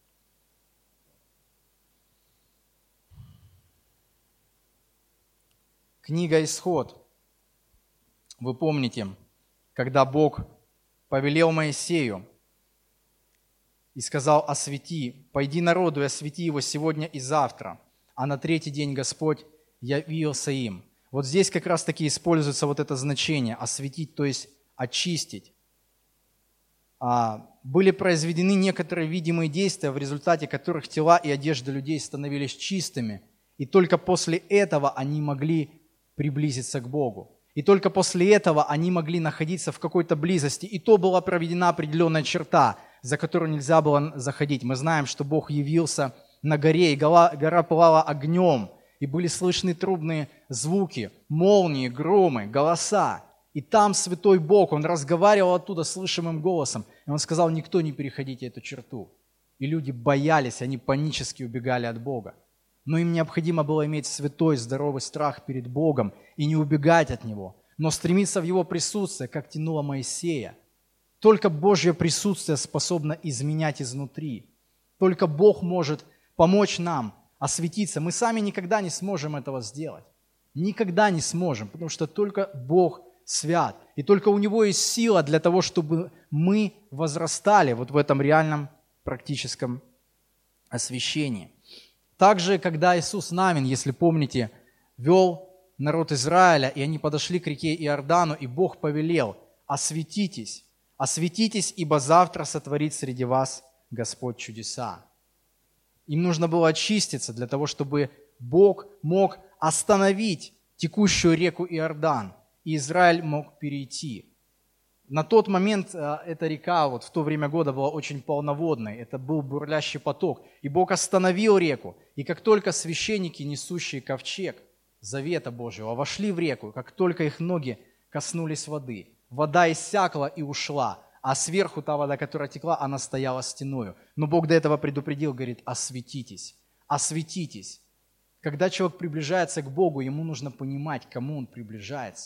Книга «Исход». Вы помните, когда Бог повелел Моисею и сказал: «Освети, пойди народу и освети его сегодня и завтра, а на третий день Господь явился им». Вот здесь как раз таки используется вот это значение «осветить», то есть очистить. Были произведены некоторые видимые действия, в результате которых тела и одежда людей становились чистыми, и только после этого они могли приблизиться к Богу. И только после этого они могли находиться в какой-то близости. И то была проведена определенная черта, за которую нельзя было заходить. Мы знаем, что Бог явился на горе, и гора пылала огнем, и были слышны трубные звуки, молнии, громы, голоса. И там святой Бог, Он разговаривал оттуда слышимым голосом. И Он сказал: «Никто не переходите эту черту». И люди боялись, они панически убегали от Бога. Но им необходимо было иметь святой, здоровый страх перед Богом и не убегать от Него, но стремиться в Его присутствие, как тянуло Моисея. Только Божье присутствие способно изменять изнутри. Только Бог может помочь нам осветиться. Мы сами никогда не сможем этого сделать. Никогда не сможем, потому что только Бог свят. И только у Него есть сила для того, чтобы мы возрастали вот в этом реальном практическом освящении. Также, когда Иисус Навин, если помните, вел народ Израиля, и они подошли к реке Иордану, и Бог повелел: «Осветитесь, осветитесь, ибо завтра сотворит среди вас Господь чудеса». Им нужно было очиститься для того, чтобы Бог мог остановить текущую реку Иордан, и Израиль мог перейти. На тот момент эта река вот в то время года была очень полноводной, это был бурлящий поток. И Бог остановил реку, и как только священники, несущие ковчег завета Божьего, вошли в реку, как только их ноги коснулись воды, вода иссякла и ушла, а сверху та вода, которая текла, она стояла стеною. Но Бог до этого предупредил, говорит: «Осветитесь, осветитесь». Когда человек приближается к Богу, ему нужно понимать, к кому он приближается.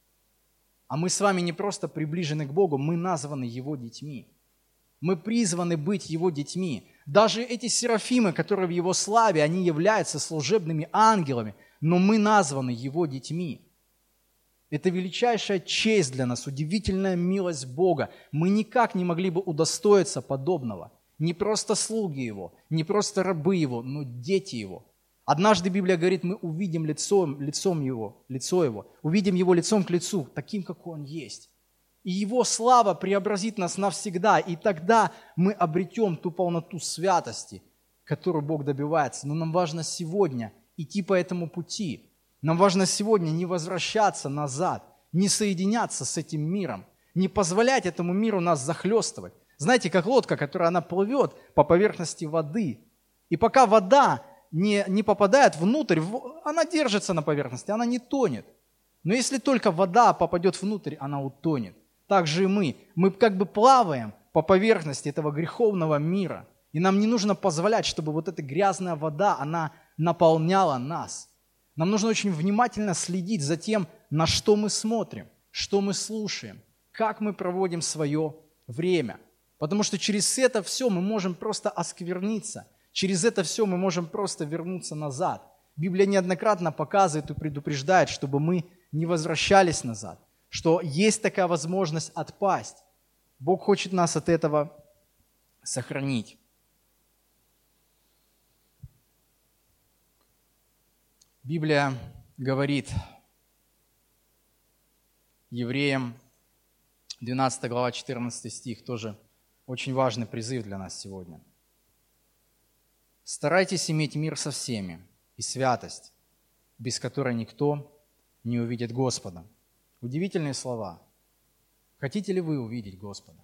А мы с вами не просто приближены к Богу, мы названы Его детьми. Мы призваны быть Его детьми. Даже эти серафимы, которые в Его славе, они являются служебными ангелами, но мы названы Его детьми. Это величайшая честь для нас, удивительная милость Бога. Мы никак не могли бы удостоиться подобного. Не просто слуги Его, не просто рабы Его, но дети Его. Однажды Библия говорит, мы увидим лицо Его, увидим Его лицом к лицу, таким, как Он есть. И Его слава преобразит нас навсегда, и тогда мы обретем ту полноту святости, которую Бог добивается. Но нам важно сегодня идти по этому пути. Нам важно сегодня не возвращаться назад, не соединяться с этим миром, не позволять этому миру нас захлестывать. Знаете, как лодка, которая она плывет по поверхности воды. И пока вода не попадает внутрь, она держится на поверхности, она не тонет. Но если только вода попадет внутрь, она утонет. Так же и мы. Мы как бы плаваем по поверхности этого греховного мира. И нам не нужно позволять, чтобы вот эта грязная вода, она наполняла нас. Нам нужно очень внимательно следить за тем, на что мы смотрим, что мы слушаем, как мы проводим свое время. Потому что через это все мы можем просто оскверниться. Через это все мы можем просто вернуться назад. Библия неоднократно показывает и предупреждает, чтобы мы не возвращались назад, что есть такая возможность отпасть. Бог хочет нас от этого сохранить. Библия говорит Евреям, 12 глава, 14 стих, тоже очень важный призыв для нас сегодня. «Старайтесь иметь мир со всеми и святость, без которой никто не увидит Господа». Удивительные слова. Хотите ли вы увидеть Господа?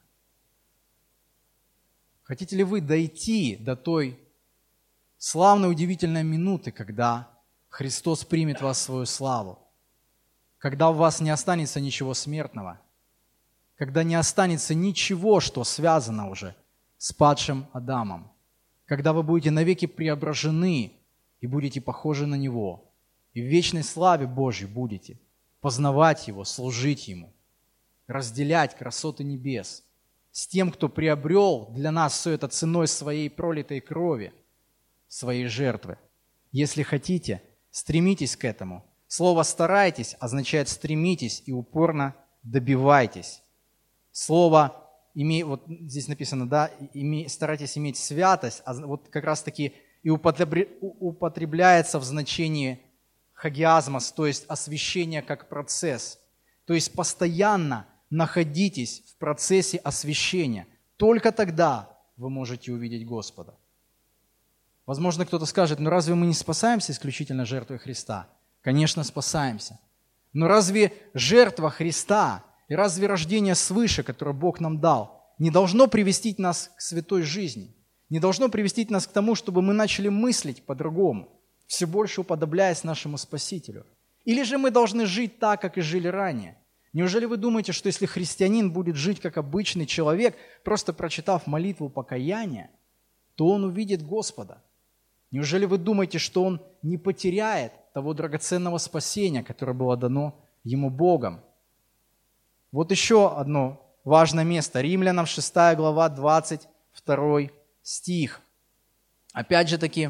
Хотите ли вы дойти до той славной, удивительной минуты, когда Христос примет вас в свою славу? Когда у вас не останется ничего смертного, когда не останется ничего, что связано уже с падшим Адамом, когда вы будете навеки преображены и будете похожи на Него, и в вечной славе Божьей будете познавать Его, служить Ему, разделять красоты небес с тем, кто приобрел для нас все это ценой своей пролитой крови, своей жертвы. Если хотите, стремитесь к этому. Слово «старайтесь» означает «стремитесь» и упорно добивайтесь. Слово, вот здесь написано, да, старайтесь иметь святость, а вот как раз-таки и употребляется в значении хагиазмос, то есть освящение как процесс. То есть постоянно находитесь в процессе освящения. Только тогда вы можете увидеть Господа. Возможно, кто-то скажет, ну разве мы не спасаемся исключительно жертвой Христа? Конечно, спасаемся. Но разве жертва Христа и разве рождение свыше, которое Бог нам дал, не должно привести нас к святой жизни? Не должно привести нас к тому, чтобы мы начали мыслить по-другому, все больше уподобляясь нашему Спасителю? Или же мы должны жить так, как и жили ранее? Неужели вы думаете, что если христианин будет жить как обычный человек, просто прочитав молитву покаяния, то он увидит Господа? Неужели вы думаете, что он не потеряет того драгоценного спасения, которое было дано ему Богом? Вот еще одно важное место. Римлянам 6 глава, 22 стих. Опять же таки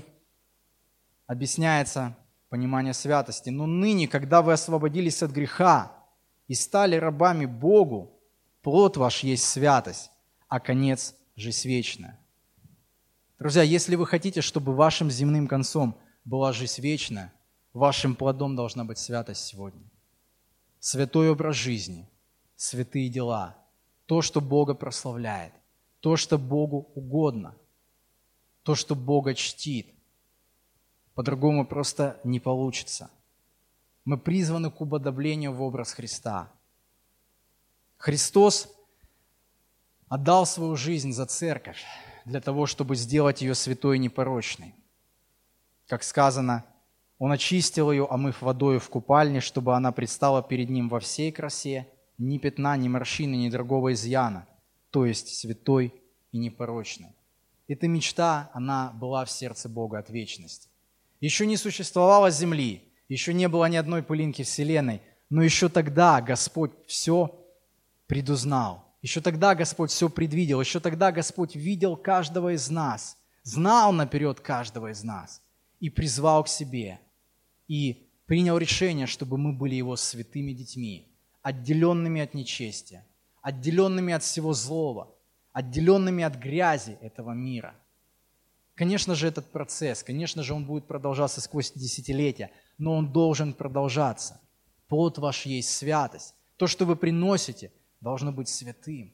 объясняется понимание святости. «Но ныне, когда вы освободились от греха и стали рабами Богу, плод ваш есть святость, а конец – жизнь вечная». Друзья, если вы хотите, чтобы вашим земным концом была жизнь вечная, вашим плодом должна быть святость сегодня. Святой образ жизни, святые дела, то, что Бога прославляет, то, что Богу угодно, то, что Бога чтит. По-другому просто не получится. Мы призваны к уподоблению в образ Христа. Христос отдал свою жизнь за церковь для того, чтобы сделать ее святой и непорочной. Как сказано, Он очистил ее, омыв водою в купальне, чтобы она предстала перед Ним во всей красе, ни пятна, ни морщины, ни другого изъяна, то есть святой и непорочной. Эта мечта, она была в сердце Бога от вечности. Еще не существовало земли, еще не было ни одной пылинки вселенной, но еще тогда Господь все предузнал. Еще тогда Господь все предвидел, еще тогда Господь видел каждого из нас, знал наперед каждого из нас и призвал к себе, и принял решение, чтобы мы были Его святыми детьми, отделенными от нечестия, отделенными от всего злого, отделенными от грязи этого мира. Конечно же, этот процесс, конечно же, он будет продолжаться сквозь десятилетия, но он должен продолжаться. Плод ваш есть святость. То, что вы приносите, должно быть святым.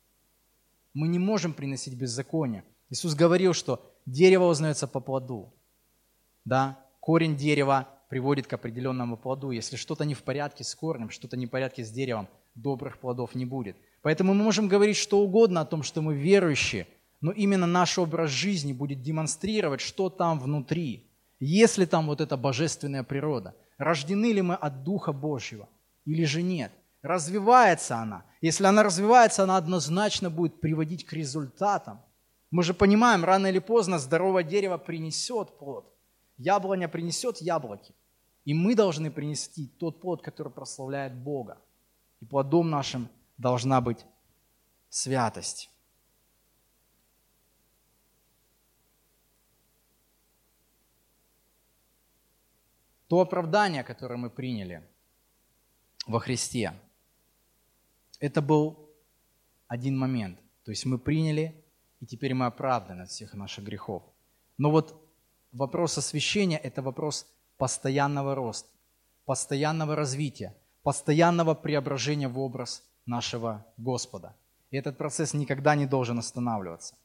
Мы не можем приносить беззаконие. Иисус говорил, что дерево узнается по плоду. Да? Корень дерева приводит к определенному плоду. Если что-то не в порядке с корнем, что-то не в порядке с деревом, добрых плодов не будет. Поэтому мы можем говорить что угодно о том, что мы верующие, но именно наш образ жизни будет демонстрировать, что там внутри. Есть ли там вот эта божественная природа? Рождены ли мы от Духа Божьего или же нет? Развивается она? Если она развивается, она однозначно будет приводить к результатам. Мы же понимаем, рано или поздно здоровое дерево принесет плод. Яблоня принесет яблоки. И мы должны принести тот плод, который прославляет Бога. И плодом нашим должна быть святость. То оправдание, которое мы приняли во Христе, это был один момент. То есть мы приняли, и теперь мы оправданы от всех наших грехов. Но вот вопрос освящения – это вопрос постоянного роста, постоянного развития, постоянного преображения в образ нашего Господа. И этот процесс никогда не должен останавливаться.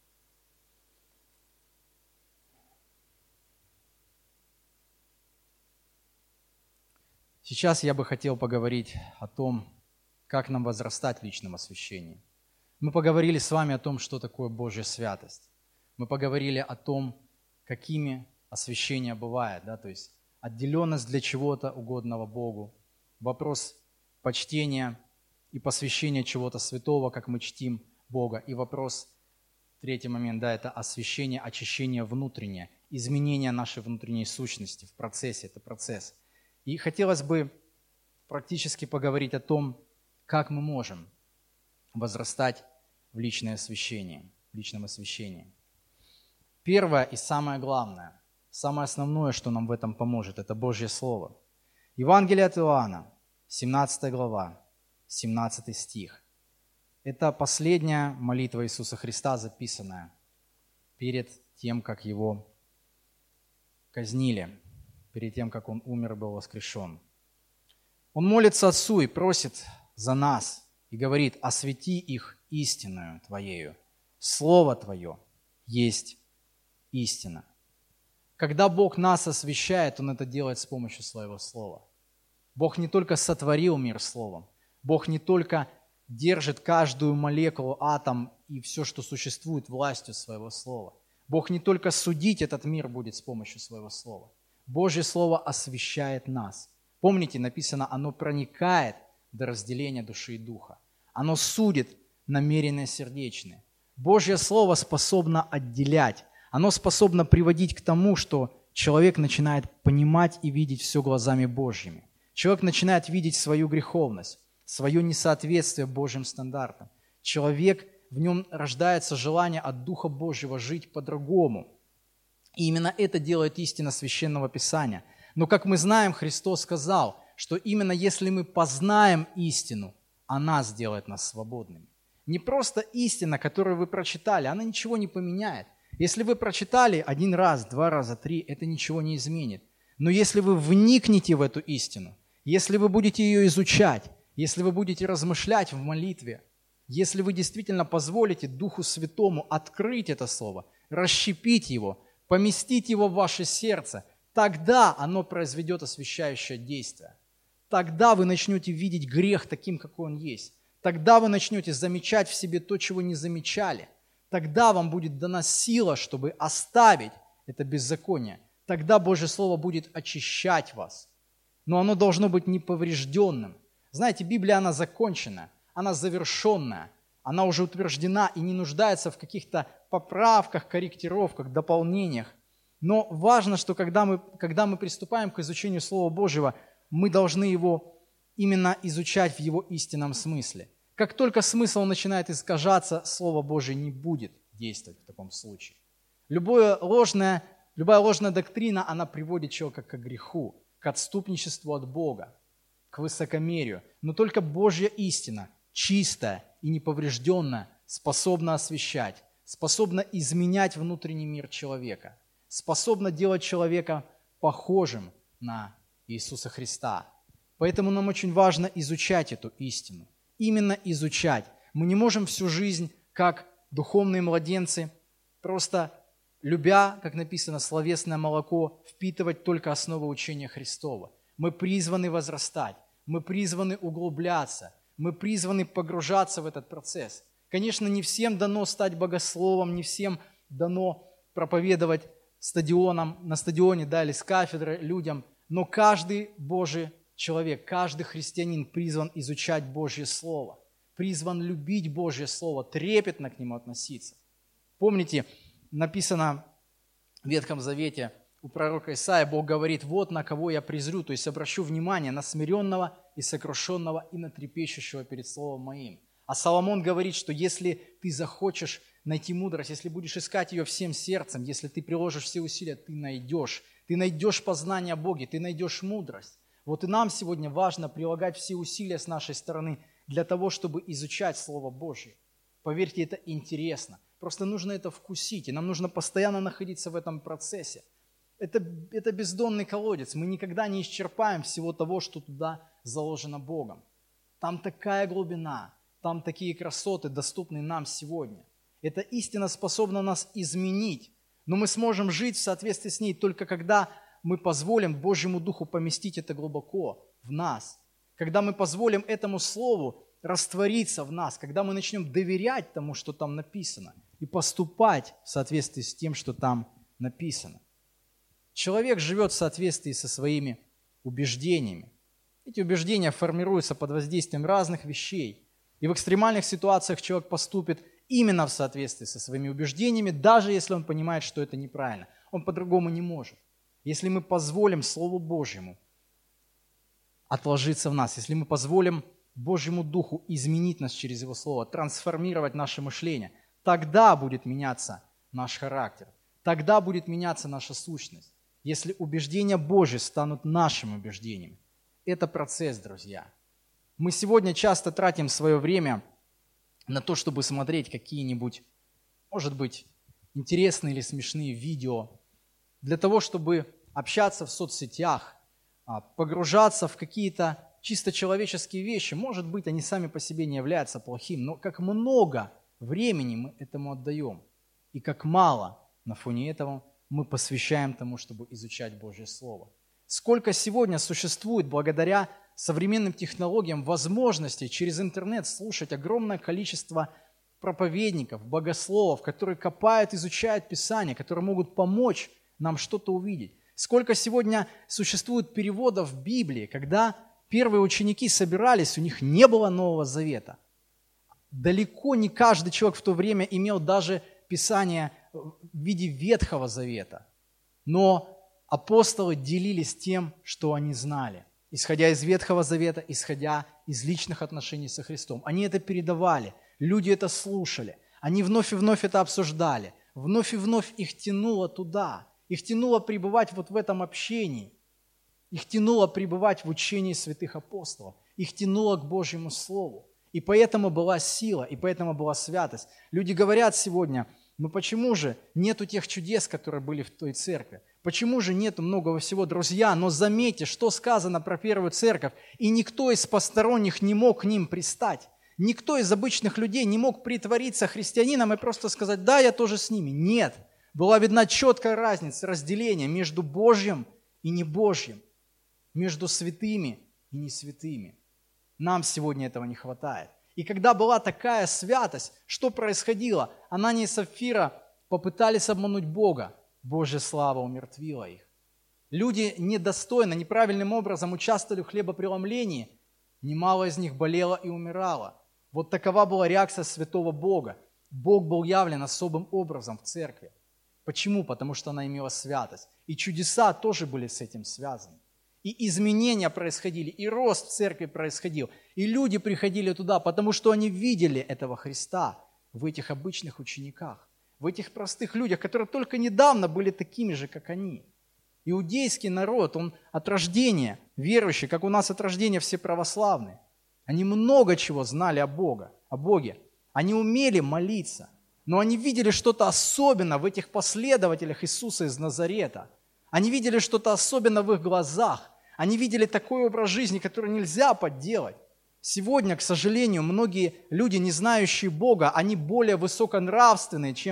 Сейчас я бы хотел поговорить о том, как нам возрастать в личном освящении. Мы поговорили с вами о том, что такое Божья святость. Мы поговорили о том, какими освящения бывает, то есть отделенность для чего-то угодного Богу, вопрос почтения и посвящения чего-то святого, как мы чтим Бога, и вопрос, третий момент, это освящение, очищение внутреннее, изменение нашей внутренней сущности в процессе, это процесс. И хотелось бы практически поговорить о том, как мы можем возрастать в личное освящение, в личном освящении. Первое и самое главное, самое основное, что нам в этом поможет, это Божье Слово. Евангелие от Иоанна, 17 глава, 17 стих. Это последняя молитва Иисуса Христа, записанная перед тем, как Его казнили, перед тем, как Он умер и был воскрешен. Он молится Отцу и просит за нас, и говорит: «Освети их истинною Твоею, Слово Твое есть истина». Когда Бог нас освящает, Он это делает с помощью Своего Слова. Бог не только сотворил мир Словом, Бог не только держит каждую молекулу, атом и все, что существует, властью Своего Слова. Бог не только судить этот мир будет с помощью Своего Слова. Божье Слово освящает нас. Помните, написано, оно проникает до разделения души и духа. Оно судит намеренное сердечное. Божье Слово способно отделять. Оно способно приводить к тому, что человек начинает понимать и видеть все глазами Божьими. Человек начинает видеть свою греховность, свое несоответствие Божьим стандартам. Человек, в нем рождается желание от Духа Божьего жить по-другому. И именно это делает истина Священного Писания. Но, как мы знаем, Христос сказал, что именно если мы познаем истину, она сделает нас свободными. Не просто истина, которую вы прочитали, она ничего не поменяет. Если вы прочитали один раз, два раза, три, это ничего не изменит. Но если вы вникнете в эту истину, если вы будете ее изучать, если вы будете размышлять в молитве, если вы действительно позволите Духу Святому открыть это Слово, расщепить его, поместить его в ваше сердце, тогда оно произведет освящающее действие. Тогда вы начнете видеть грех таким, какой он есть. Тогда вы начнете замечать в себе то, чего не замечали. Тогда вам будет дана сила, чтобы оставить это беззаконие. Тогда Божье Слово будет очищать вас. Но оно должно быть неповрежденным. Знаете, Библия, она закончена, она завершенная, она уже утверждена и не нуждается в каких-то поправках, корректировках, дополнениях. Но важно, что когда мы приступаем к изучению Слова Божьего, мы должны его именно изучать в его истинном смысле. Как только смысл начинает искажаться, Слово Божие не будет действовать в таком случае. Любая ложная доктрина, она приводит человека к греху, к отступничеству от Бога, к высокомерию. Но только Божья истина, чистая и неповрежденная, способна освящать, способна изменять внутренний мир человека, способна делать человека похожим на Иисуса Христа. Поэтому нам очень важно изучать эту истину. Именно изучать. Мы не можем всю жизнь, как духовные младенцы, просто любя, как написано, словесное молоко, впитывать только основы учения Христова. Мы призваны возрастать, мы призваны углубляться, мы призваны погружаться в этот процесс. Конечно, не всем дано стать богословом, не всем дано проповедовать на стадионе, или с кафедры людям, но каждый Божий человек, каждый христианин призван изучать Божье Слово, призван любить Божье Слово, трепетно к нему относиться. Помните, написано в Ветхом Завете у пророка Исаия, Бог говорит: «Вот на кого я презрю», то есть обращу внимание на смиренного и сокрушенного и на трепещущего перед Словом Моим. А Соломон говорит, что если ты захочешь найти мудрость, если будешь искать ее всем сердцем, если ты приложишь все усилия, ты найдешь познание о Боге, ты найдешь мудрость. Вот и нам сегодня важно прилагать все усилия с нашей стороны для того, чтобы изучать Слово Божье. Поверьте, это интересно. Просто нужно это вкусить, и нам нужно постоянно находиться в этом процессе. Это бездонный колодец. Мы никогда не исчерпаем всего того, что туда заложено Богом. Там такая глубина, там такие красоты, доступные нам сегодня. Эта истина способна нас изменить, но мы сможем жить в соответствии с ней только когда мы позволим Божьему Духу поместить это глубоко в нас. Когда мы позволим этому Слову раствориться в нас, когда мы начнем доверять тому, что там написано, и поступать в соответствии с тем, что там написано. Человек живет в соответствии со своими убеждениями. Эти убеждения формируются под воздействием разных вещей. И в экстремальных ситуациях человек поступит именно в соответствии со своими убеждениями, даже если он понимает, что это неправильно. Он по-другому не может. Если мы позволим Слову Божьему отложиться в нас, если мы позволим Божьему Духу изменить нас через Его Слово, трансформировать наше мышление, тогда будет меняться наш характер, тогда будет меняться наша сущность. Если убеждения Божьи станут нашими убеждениями. Это процесс, друзья. Мы сегодня часто тратим свое время на то, чтобы смотреть какие-нибудь, может быть, интересные или смешные видео, для того, чтобы общаться в соцсетях, погружаться в какие-то чисто человеческие вещи. Может быть, они сами по себе не являются плохим, но как много времени мы этому отдаем, и как мало на фоне этого мы посвящаем тому, чтобы изучать Божье Слово. Сколько сегодня существует благодаря современным технологиям возможностей через интернет слушать огромное количество проповедников, богословов, которые копают, изучают Писание, которые могут помочь нам что-то увидеть. Сколько сегодня существует переводов Библии, когда первые ученики собирались, у них не было Нового Завета. Далеко не каждый человек в то время имел даже Писание в виде Ветхого Завета. Но апостолы делились тем, что они знали, исходя из Ветхого Завета, исходя из личных отношений со Христом. Они это передавали, люди это слушали, они вновь и вновь это обсуждали, вновь и вновь их тянуло туда, их тянуло пребывать вот в этом общении, их тянуло пребывать в учении святых апостолов, их тянуло к Божьему Слову. И поэтому была сила, и поэтому была святость. Люди говорят сегодня: ну почему же нету тех чудес, которые были в той церкви? Почему же нету многого всего? Друзья, но заметьте, что сказано про первую церковь. И никто из посторонних не мог к ним пристать. Никто из обычных людей не мог притвориться христианином и просто сказать: да, я тоже с ними. Нет. Была видна четкая разница, разделение между Божьим и небожьим, между святыми и несвятыми. Нам сегодня этого не хватает. И когда была такая святость, что происходило? Анания и Сапфира попытались обмануть Бога. Божья слава умертвила их. Люди недостойно, неправильным образом участвовали в хлебопреломлении. Немало из них болело и умирало. Вот такова была реакция святого Бога. Бог был явлен особым образом в церкви. Почему? Потому что она имела святость. И чудеса тоже были с этим связаны. И изменения происходили, и рост в церкви происходил. И люди приходили туда, потому что они видели этого Христа в этих обычных учениках, в этих простых людях, которые только недавно были такими же, как они. Иудейский народ, он от рождения верующий, как у нас от рождения все православные. Они много чего знали о Боге. Они умели молиться, но они видели что-то особенное в этих последователях Иисуса из Назарета. Они видели что-то особенное в их глазах. Они видели такой образ жизни, который нельзя подделать. Сегодня, к сожалению, многие люди, не знающие Бога, они более высоконравственные, чем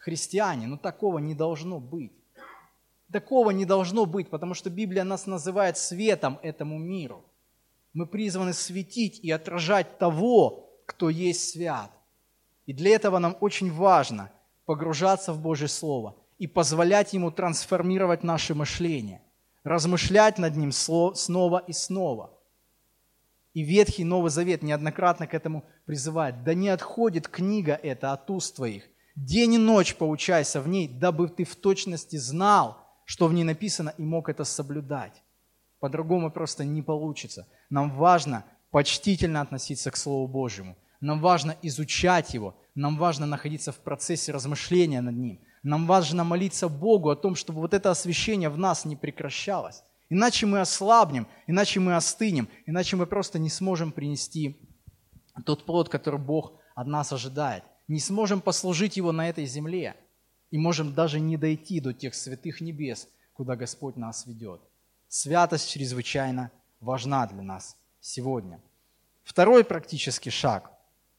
христиане, но такого не должно быть. Такого не должно быть, потому что Библия нас называет светом этому миру. Мы призваны светить и отражать того, кто есть свят. И для этого нам очень важно погружаться в Божье Слово и позволять Ему трансформировать наше мышление, размышлять над Ним снова и снова. И Ветхий и Новый Завет неоднократно к этому призывает. Да не отходит книга эта от уст твоих. День и ночь поучайся в ней, дабы ты в точности знал, что в ней написано, и мог это соблюдать. По-другому просто не получится. Нам важно почтительно относиться к Слову Божьему. Нам важно изучать его. Нам важно находиться в процессе размышления над ним. Нам важно молиться Богу о том, чтобы вот это освящение в нас не прекращалось. Иначе мы ослабнем, иначе мы остынем, иначе мы просто не сможем принести тот плод, который Бог от нас ожидает. Не сможем послужить Его на этой земле. И можем даже не дойти до тех святых небес, куда Господь нас ведет. Святость чрезвычайно важна для нас сегодня. Второй практический шаг.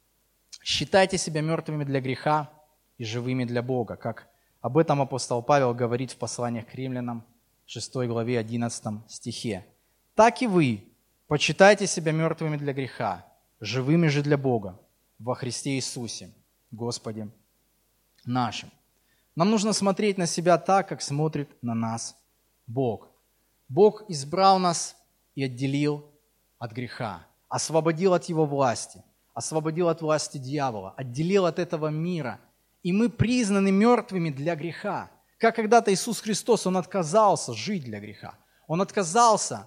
Считайте себя мертвыми для греха и живыми для Бога, как об этом апостол Павел говорит в посланиях к римлянам, 6 главе 11 стихе. «Так и вы почитайте себя мертвыми для греха, живыми же для Бога, во Христе Иисусе, Господе нашим». Нам нужно смотреть на себя так, как смотрит на нас Бог. Бог избрал нас и отделил от греха, освободил от его власти, освободил от власти дьявола, отделил от этого мира. И мы признаны мертвыми для греха. Как когда-то Иисус Христос, Он отказался жить для греха. Он отказался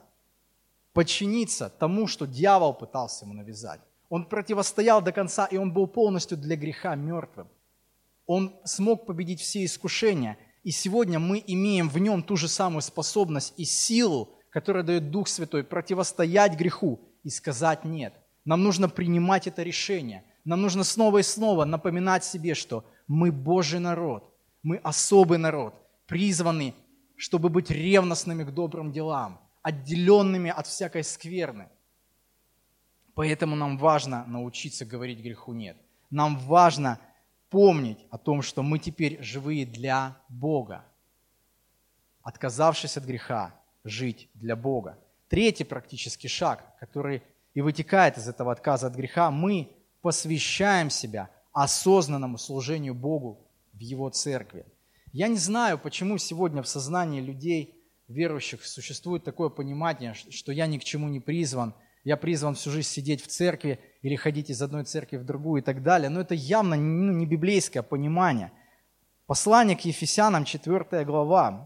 подчиниться тому, что дьявол пытался Ему навязать. Он противостоял до конца, и Он был полностью для греха мертвым. Он смог победить все искушения, и сегодня мы имеем в Нем ту же самую способность и силу, которая дает Дух Святой, противостоять греху и сказать «нет». Нам нужно принимать это решение. Нам нужно снова и снова напоминать себе, что мы Божий народ, мы особый народ, призваны, чтобы быть ревностными к добрым делам, отделенными от всякой скверны. Поэтому нам важно научиться говорить греху «нет». Нам важно помнить о том, что мы теперь живые для Бога, отказавшись от греха, жить для Бога. Третий практический шаг, который и вытекает из этого отказа от греха, мы посвящаем себя осознанному служению Богу в Его церкви. Я не знаю, почему сегодня в сознании людей, верующих, существует такое понимание, что я ни к чему не призван, я призван всю жизнь сидеть в церкви или ходить из одной церкви в другую и так далее. Но это явно не библейское понимание. Послание к Ефесянам, 4 глава,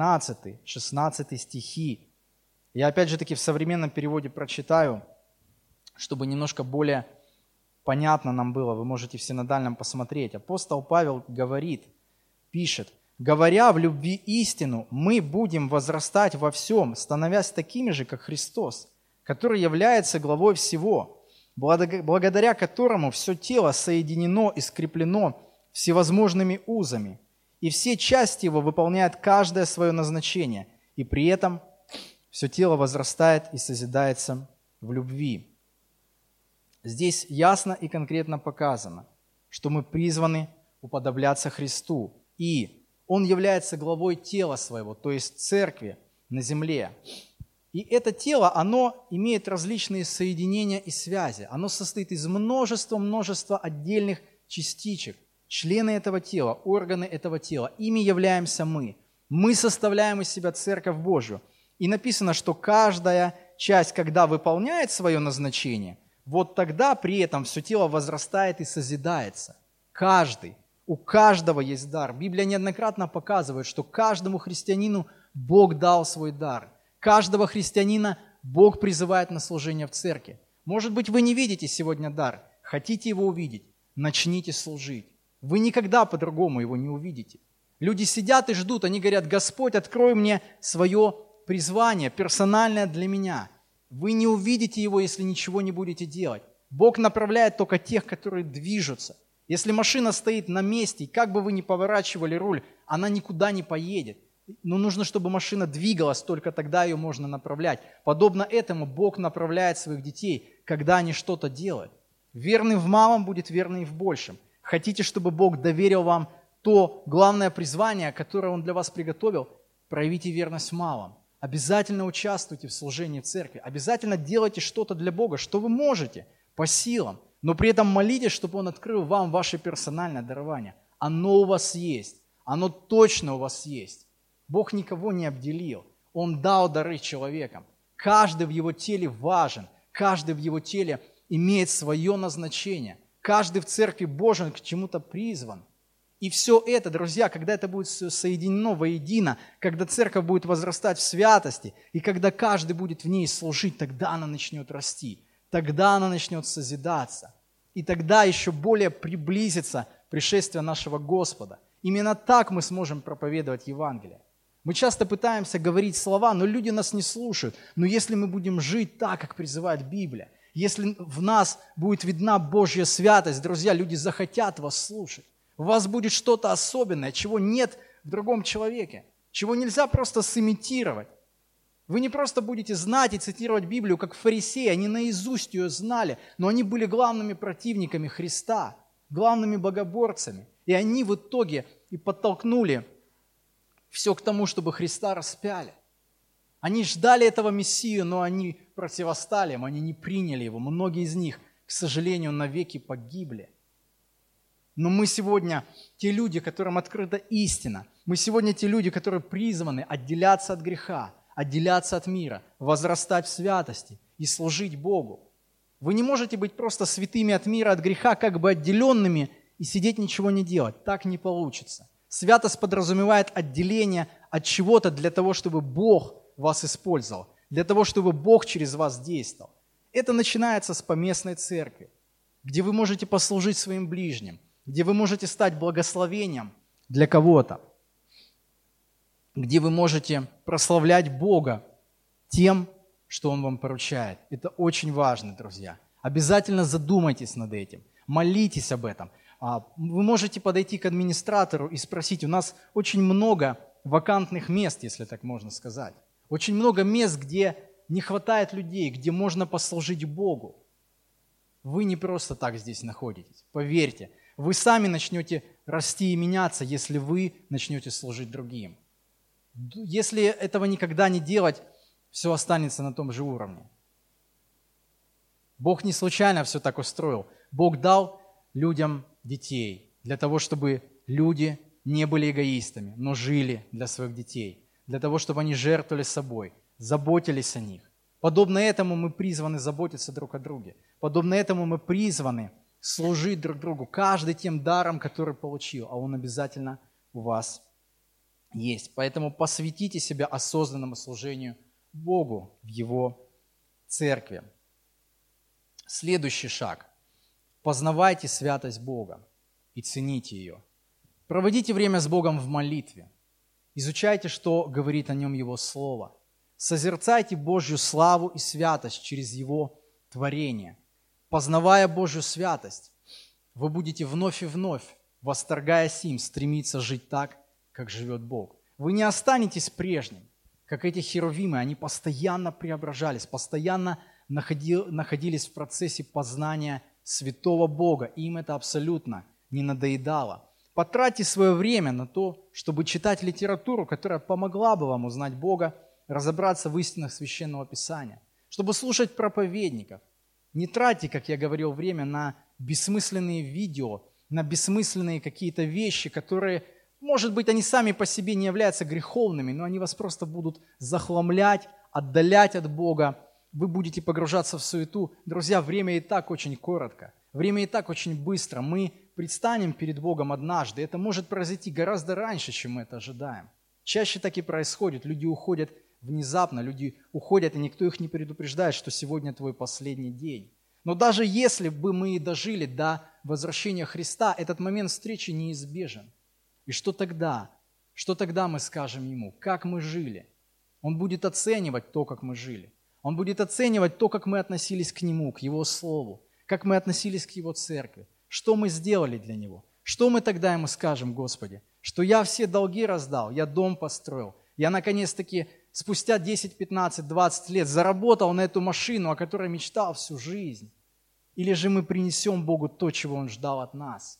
15-16 стихи. Я опять же таки в современном переводе прочитаю, чтобы немножко более понятно нам было. Вы можете в синодальном посмотреть. Апостол Павел говорит, пишет: «Говоря в любви истину, мы будем возрастать во всем, становясь такими же, как Христос, который является главой всего, благодаря которому все тело соединено и скреплено всевозможными узами, и все части его выполняют каждое свое назначение, и при этом все тело возрастает и созидается в любви». Здесь ясно и конкретно показано, что мы призваны уподобляться Христу, и Он является главой тела своего, то есть церкви на земле. И это тело, оно имеет различные соединения и связи. Оно состоит из множества отдельных частичек. Члены этого тела, органы этого тела. Ими являемся мы. Мы составляем из себя Церковь Божию. И написано, что каждая часть, когда выполняет свое назначение, вот тогда при этом все тело возрастает и созидается. У каждого есть дар. Библия неоднократно показывает, что каждому христианину Бог дал свой дар. Каждого христианина Бог призывает на служение в церкви. Может быть, вы не видите сегодня дар. Хотите его увидеть? Начните служить. Вы никогда по-другому его не увидите. Люди сидят и ждут, они говорят: «Господь, открой мне свое призвание, персональное для меня». Вы не увидите его, если ничего не будете делать. Бог направляет только тех, которые движутся. Если машина стоит на месте, и как бы вы ни поворачивали руль, она никуда не поедет. Но нужно, чтобы машина двигалась, только тогда ее можно направлять. Подобно этому Бог направляет своих детей, когда они что-то делают. Верный в малом будет верный и в большем. Хотите, чтобы Бог доверил вам то главное призвание, которое Он для вас приготовил, проявите верность в малом. Обязательно участвуйте в служении в церкви. Обязательно делайте что-то для Бога, что вы можете, по силам. Но при этом молитесь, чтобы Он открыл вам ваше персональное дарование. Оно у вас есть. Оно точно у вас есть. Бог никого не обделил. Он дал дары человекам. Каждый в Его теле важен. Каждый в Его теле имеет свое назначение. Каждый в Церкви Божьей к чему-то призван. И все это, друзья, когда это будет соединено воедино, когда церковь будет возрастать в святости, и когда каждый будет в ней служить, тогда она начнет расти, тогда она начнет созидаться, и тогда еще более приблизится пришествие нашего Господа. Именно так мы сможем проповедовать Евангелие. Мы часто пытаемся говорить слова, но люди нас не слушают. Но если мы будем жить так, как призывает Библия, если в нас будет видна Божья святость, друзья, люди захотят вас слушать. У вас будет что-то особенное, чего нет в другом человеке, чего нельзя просто сымитировать. Вы не просто будете знать и цитировать Библию, как фарисеи, они наизусть ее знали, но они были главными противниками Христа, главными богоборцами. И они в итоге и подтолкнули все к тому, чтобы Христа распяли. Они ждали этого Мессию, но они противостали ему, они не приняли его. Многие из них, к сожалению, навеки погибли. Но мы сегодня те люди, которым открыта истина. Мы сегодня те люди, которые призваны отделяться от греха, отделяться от мира, возрастать в святости и служить Богу. Вы не можете быть просто святыми от мира, от греха, как бы отделенными и сидеть ничего не делать. Так не получится. Святость подразумевает отделение от чего-то для того, чтобы Бог вас использовал, для того, чтобы Бог через вас действовал. Это начинается с поместной церкви, где вы можете послужить своим ближним, где вы можете стать благословением для кого-то, где вы можете прославлять Бога тем, что Он вам поручает. Это очень важно, друзья. Обязательно задумайтесь над этим, молитесь об этом. Вы можете подойти к администратору и спросить, у нас очень много вакантных мест, если так можно сказать. Очень много мест, где не хватает людей, где можно послужить Богу. Вы не просто так здесь находитесь, поверьте. Вы сами начнете расти и меняться, если вы начнете служить другим. Если этого никогда не делать, все останется на том же уровне. Бог не случайно все так устроил. Бог дал людям детей для того, чтобы люди не были эгоистами, но жили для своих детей, для того, чтобы они жертвовали собой, заботились о них. Подобно этому мы призваны заботиться друг о друге. Подобно этому мы призваны служить друг другу, каждый тем даром, который получил, а он обязательно у вас есть. Поэтому посвятите себя осознанному служению Богу в Его церкви. Следующий шаг. Познавайте святость Бога и цените ее. Проводите время с Богом в молитве. Изучайте, что говорит о Нем Его Слово. Созерцайте Божью славу и святость через Его творение. Познавая Божью святость, вы будете вновь и вновь, восторгаясь им, стремиться жить так, как живет Бог. Вы не останетесь прежним, как эти херувимы. Они постоянно преображались, постоянно находились в процессе познания святого Бога. Им это абсолютно не надоедало. Потратьте свое время на то, чтобы читать литературу, которая помогла бы вам узнать Бога, разобраться в истинах Священного Писания, чтобы слушать проповедников. Не тратьте, как я говорил, время на бессмысленные видео, на бессмысленные какие-то вещи, которые, может быть, они сами по себе не являются греховными, но они вас просто будут захламлять, отдалять от Бога. Вы будете погружаться в суету. Друзья, время и так очень коротко, время и так очень быстро. Мы предстанем перед Богом однажды. Это может произойти гораздо раньше, чем мы это ожидаем. Чаще так и происходит. Люди уходят внезапно, люди уходят, и никто их не предупреждает, что сегодня твой последний день. Но даже если бы мы и дожили до возвращения Христа, этот момент встречи неизбежен. И что тогда? Что тогда мы скажем Ему? Как мы жили? Он будет оценивать то, как мы жили. Он будет оценивать то, как мы относились к Нему, к Его Слову, как мы относились к Его церкви, что мы сделали для Него. Что мы тогда Ему скажем, Господи? Что я все долги раздал, я дом построил, я наконец-таки спустя 10, 15, 20 лет заработал на эту машину, о которой мечтал всю жизнь. Или же мы принесем Богу то, чего Он ждал от нас.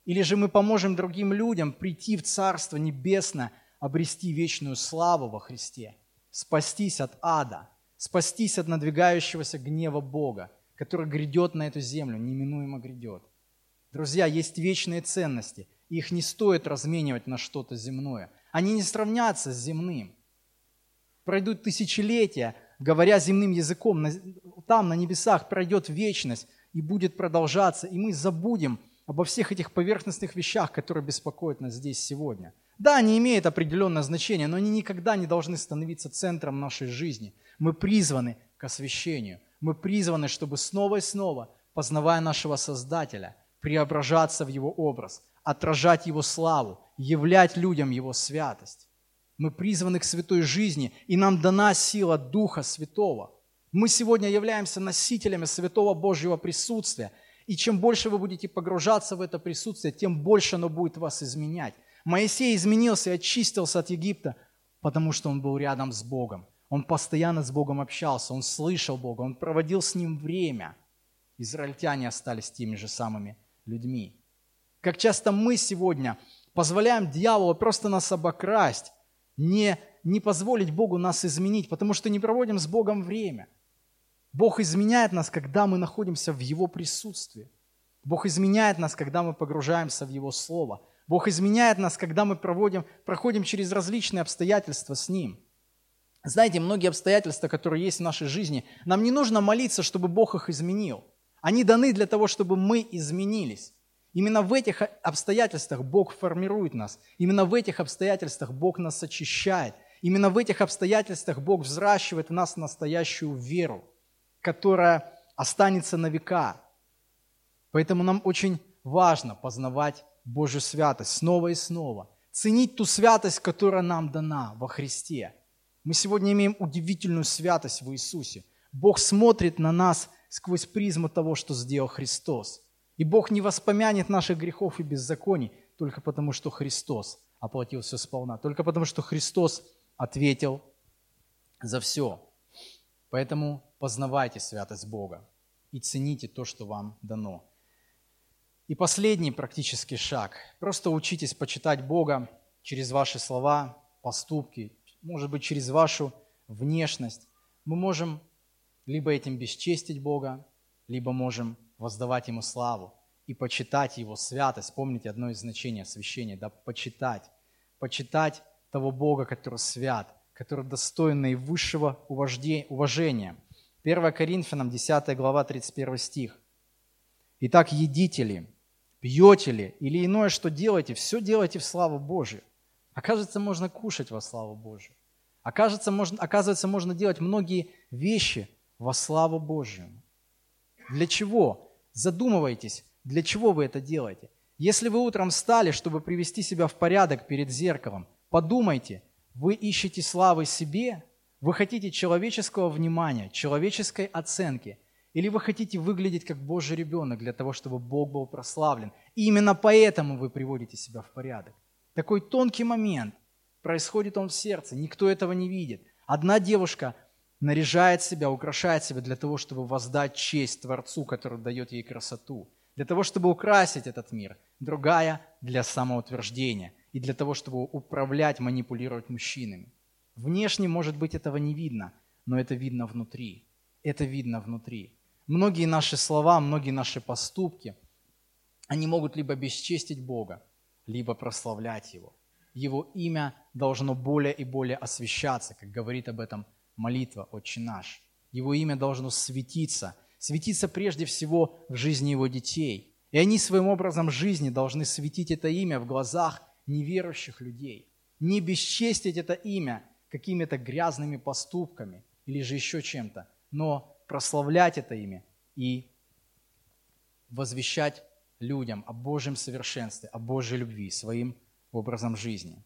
Или же мы поможем другим людям прийти в Царство Небесное, обрести вечную славу во Христе, спастись от ада, спастись от надвигающегося гнева Бога, который грядет на эту землю, неминуемо грядет. Друзья, есть вечные ценности, и их не стоит разменивать на что-то земное. Они не сравнятся с земным. Пройдут тысячелетия, говоря земным языком, там, на небесах, пройдет вечность и будет продолжаться, и мы забудем обо всех этих поверхностных вещах, которые беспокоят нас здесь сегодня. Да, они имеют определенное значение, но они никогда не должны становиться центром нашей жизни. Мы призваны к освящению. Мы призваны, чтобы снова и снова, познавая нашего Создателя, преображаться в Его образ, отражать Его славу, являть людям Его святость. Мы призваны к святой жизни, и нам дана сила Духа Святого. Мы сегодня являемся носителями Святого Божьего присутствия, и чем больше вы будете погружаться в это присутствие, тем больше оно будет вас изменять. Моисей изменился и очистился от Египта, потому что он был рядом с Богом. Он постоянно с Богом общался, он слышал Бога, он проводил с Ним время. Израильтяне остались теми же самыми людьми. Как часто мы сегодня позволяем дьяволу просто нас обокрасть, не позволить Богу нас изменить, потому что не проводим с Богом время. Бог изменяет нас, когда мы находимся в Его присутствии. Бог изменяет нас, когда мы погружаемся в Его Слово. Бог изменяет нас, когда мы проходим через различные обстоятельства с Ним. Знаете, многие обстоятельства, которые есть в нашей жизни, нам не нужно молиться, чтобы Бог их изменил. Они даны для того, чтобы мы изменились. Именно в этих обстоятельствах Бог формирует нас. Именно в этих обстоятельствах Бог нас очищает. Именно в этих обстоятельствах Бог взращивает в нас настоящую веру, которая останется на века. Поэтому нам очень важно познавать Божью святость снова и снова. Ценить ту святость, которая нам дана во Христе. Мы сегодня имеем удивительную святость в Иисусе. Бог смотрит на нас сквозь призму того, что сделал Христос. И Бог не воспомянет наших грехов и беззаконий только потому, что Христос оплатил все сполна, только потому, что Христос ответил за все. Поэтому познавайте святость Бога и цените то, что вам дано. И последний практический шаг. Просто учитесь почитать Бога через ваши слова, поступки, может быть, через вашу внешность. Мы можем либо этим бесчестить Бога, либо можем воздавать Ему славу и почитать Его святость. Помните одно из значений освящения, да, почитать. Почитать того Бога, который свят, который достоин наивысшего уважения. 1 Коринфянам, 10 глава, 31 стих. «Итак, едите ли, пьете ли или иное, что делаете, все делайте в славу Божию». Оказывается, можно кушать во славу Божию. Оказывается, можно делать многие вещи во славу Божию. Для чего? Задумывайтесь, для чего вы это делаете. Если вы утром встали, чтобы привести себя в порядок перед зеркалом, подумайте, вы ищете славы себе, вы хотите человеческого внимания, человеческой оценки, или вы хотите выглядеть как Божий ребенок для того, чтобы Бог был прославлен. И именно поэтому вы приводите себя в порядок. Такой тонкий момент, происходит он в сердце, никто этого не видит. Одна девушка наряжает себя, украшает себя для того, чтобы воздать честь Творцу, который дает ей красоту, для того, чтобы украсить этот мир. Другая для самоутверждения и для того, чтобы управлять, манипулировать мужчинами. Внешне, может быть, этого не видно, но это видно внутри. Это видно внутри. Многие наши слова, многие наши поступки, они могут либо бесчестить Бога, либо прославлять Его. Его имя должно более и более освящаться, как говорит об этом молитва «Отче наш». Его имя должно светиться прежде всего в жизни Его детей. И они своим образом жизни должны светить это имя в глазах неверующих людей. Не бесчестить это имя какими-то грязными поступками или же еще чем-то, но прославлять это имя и возвещать людям о Божьем совершенстве, о Божьей любви своим образом жизни.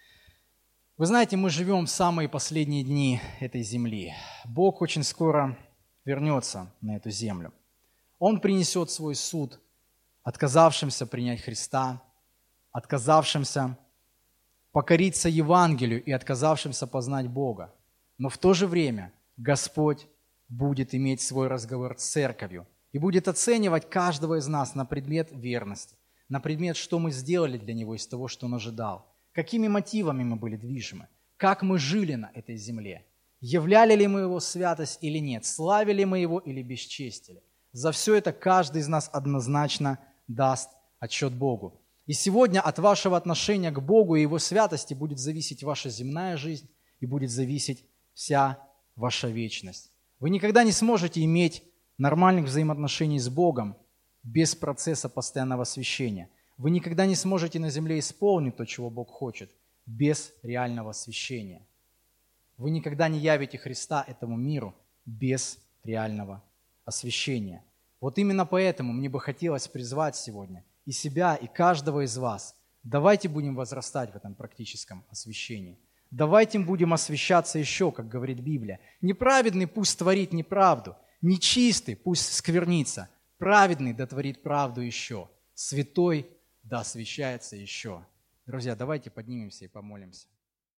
Вы знаете, мы живем в самые последние дни этой земли. Бог очень скоро вернется на эту землю. Он принесет свой суд отказавшимся принять Христа, отказавшимся покориться Евангелию и отказавшимся познать Бога. Но в то же время Господь будет иметь свой разговор с церковью и будет оценивать каждого из нас на предмет верности, на предмет, что мы сделали для Него из того, что Он ожидал, какими мотивами мы были движимы, как мы жили на этой земле, являли ли мы Его святость или нет, славили мы Его или бесчестили. За все это каждый из нас однозначно даст отчет Богу. И сегодня от вашего отношения к Богу и Его святости будет зависеть ваша земная жизнь и будет зависеть вся ваша вечность. Вы никогда не сможете иметь нормальных взаимоотношений с Богом без процесса постоянного освящения. Вы никогда не сможете на земле исполнить то, чего Бог хочет, без реального освящения. Вы никогда не явите Христа этому миру без реального освящения. Вот именно поэтому мне бы хотелось призвать сегодня и себя, и каждого из вас. Давайте будем возрастать в этом практическом освящении. Давайте будем освящаться еще, как говорит Библия. Неправедный пусть творит неправду, нечистый пусть сквернится, праведный да творит правду еще, святой да освящается еще. Друзья, давайте поднимемся и помолимся.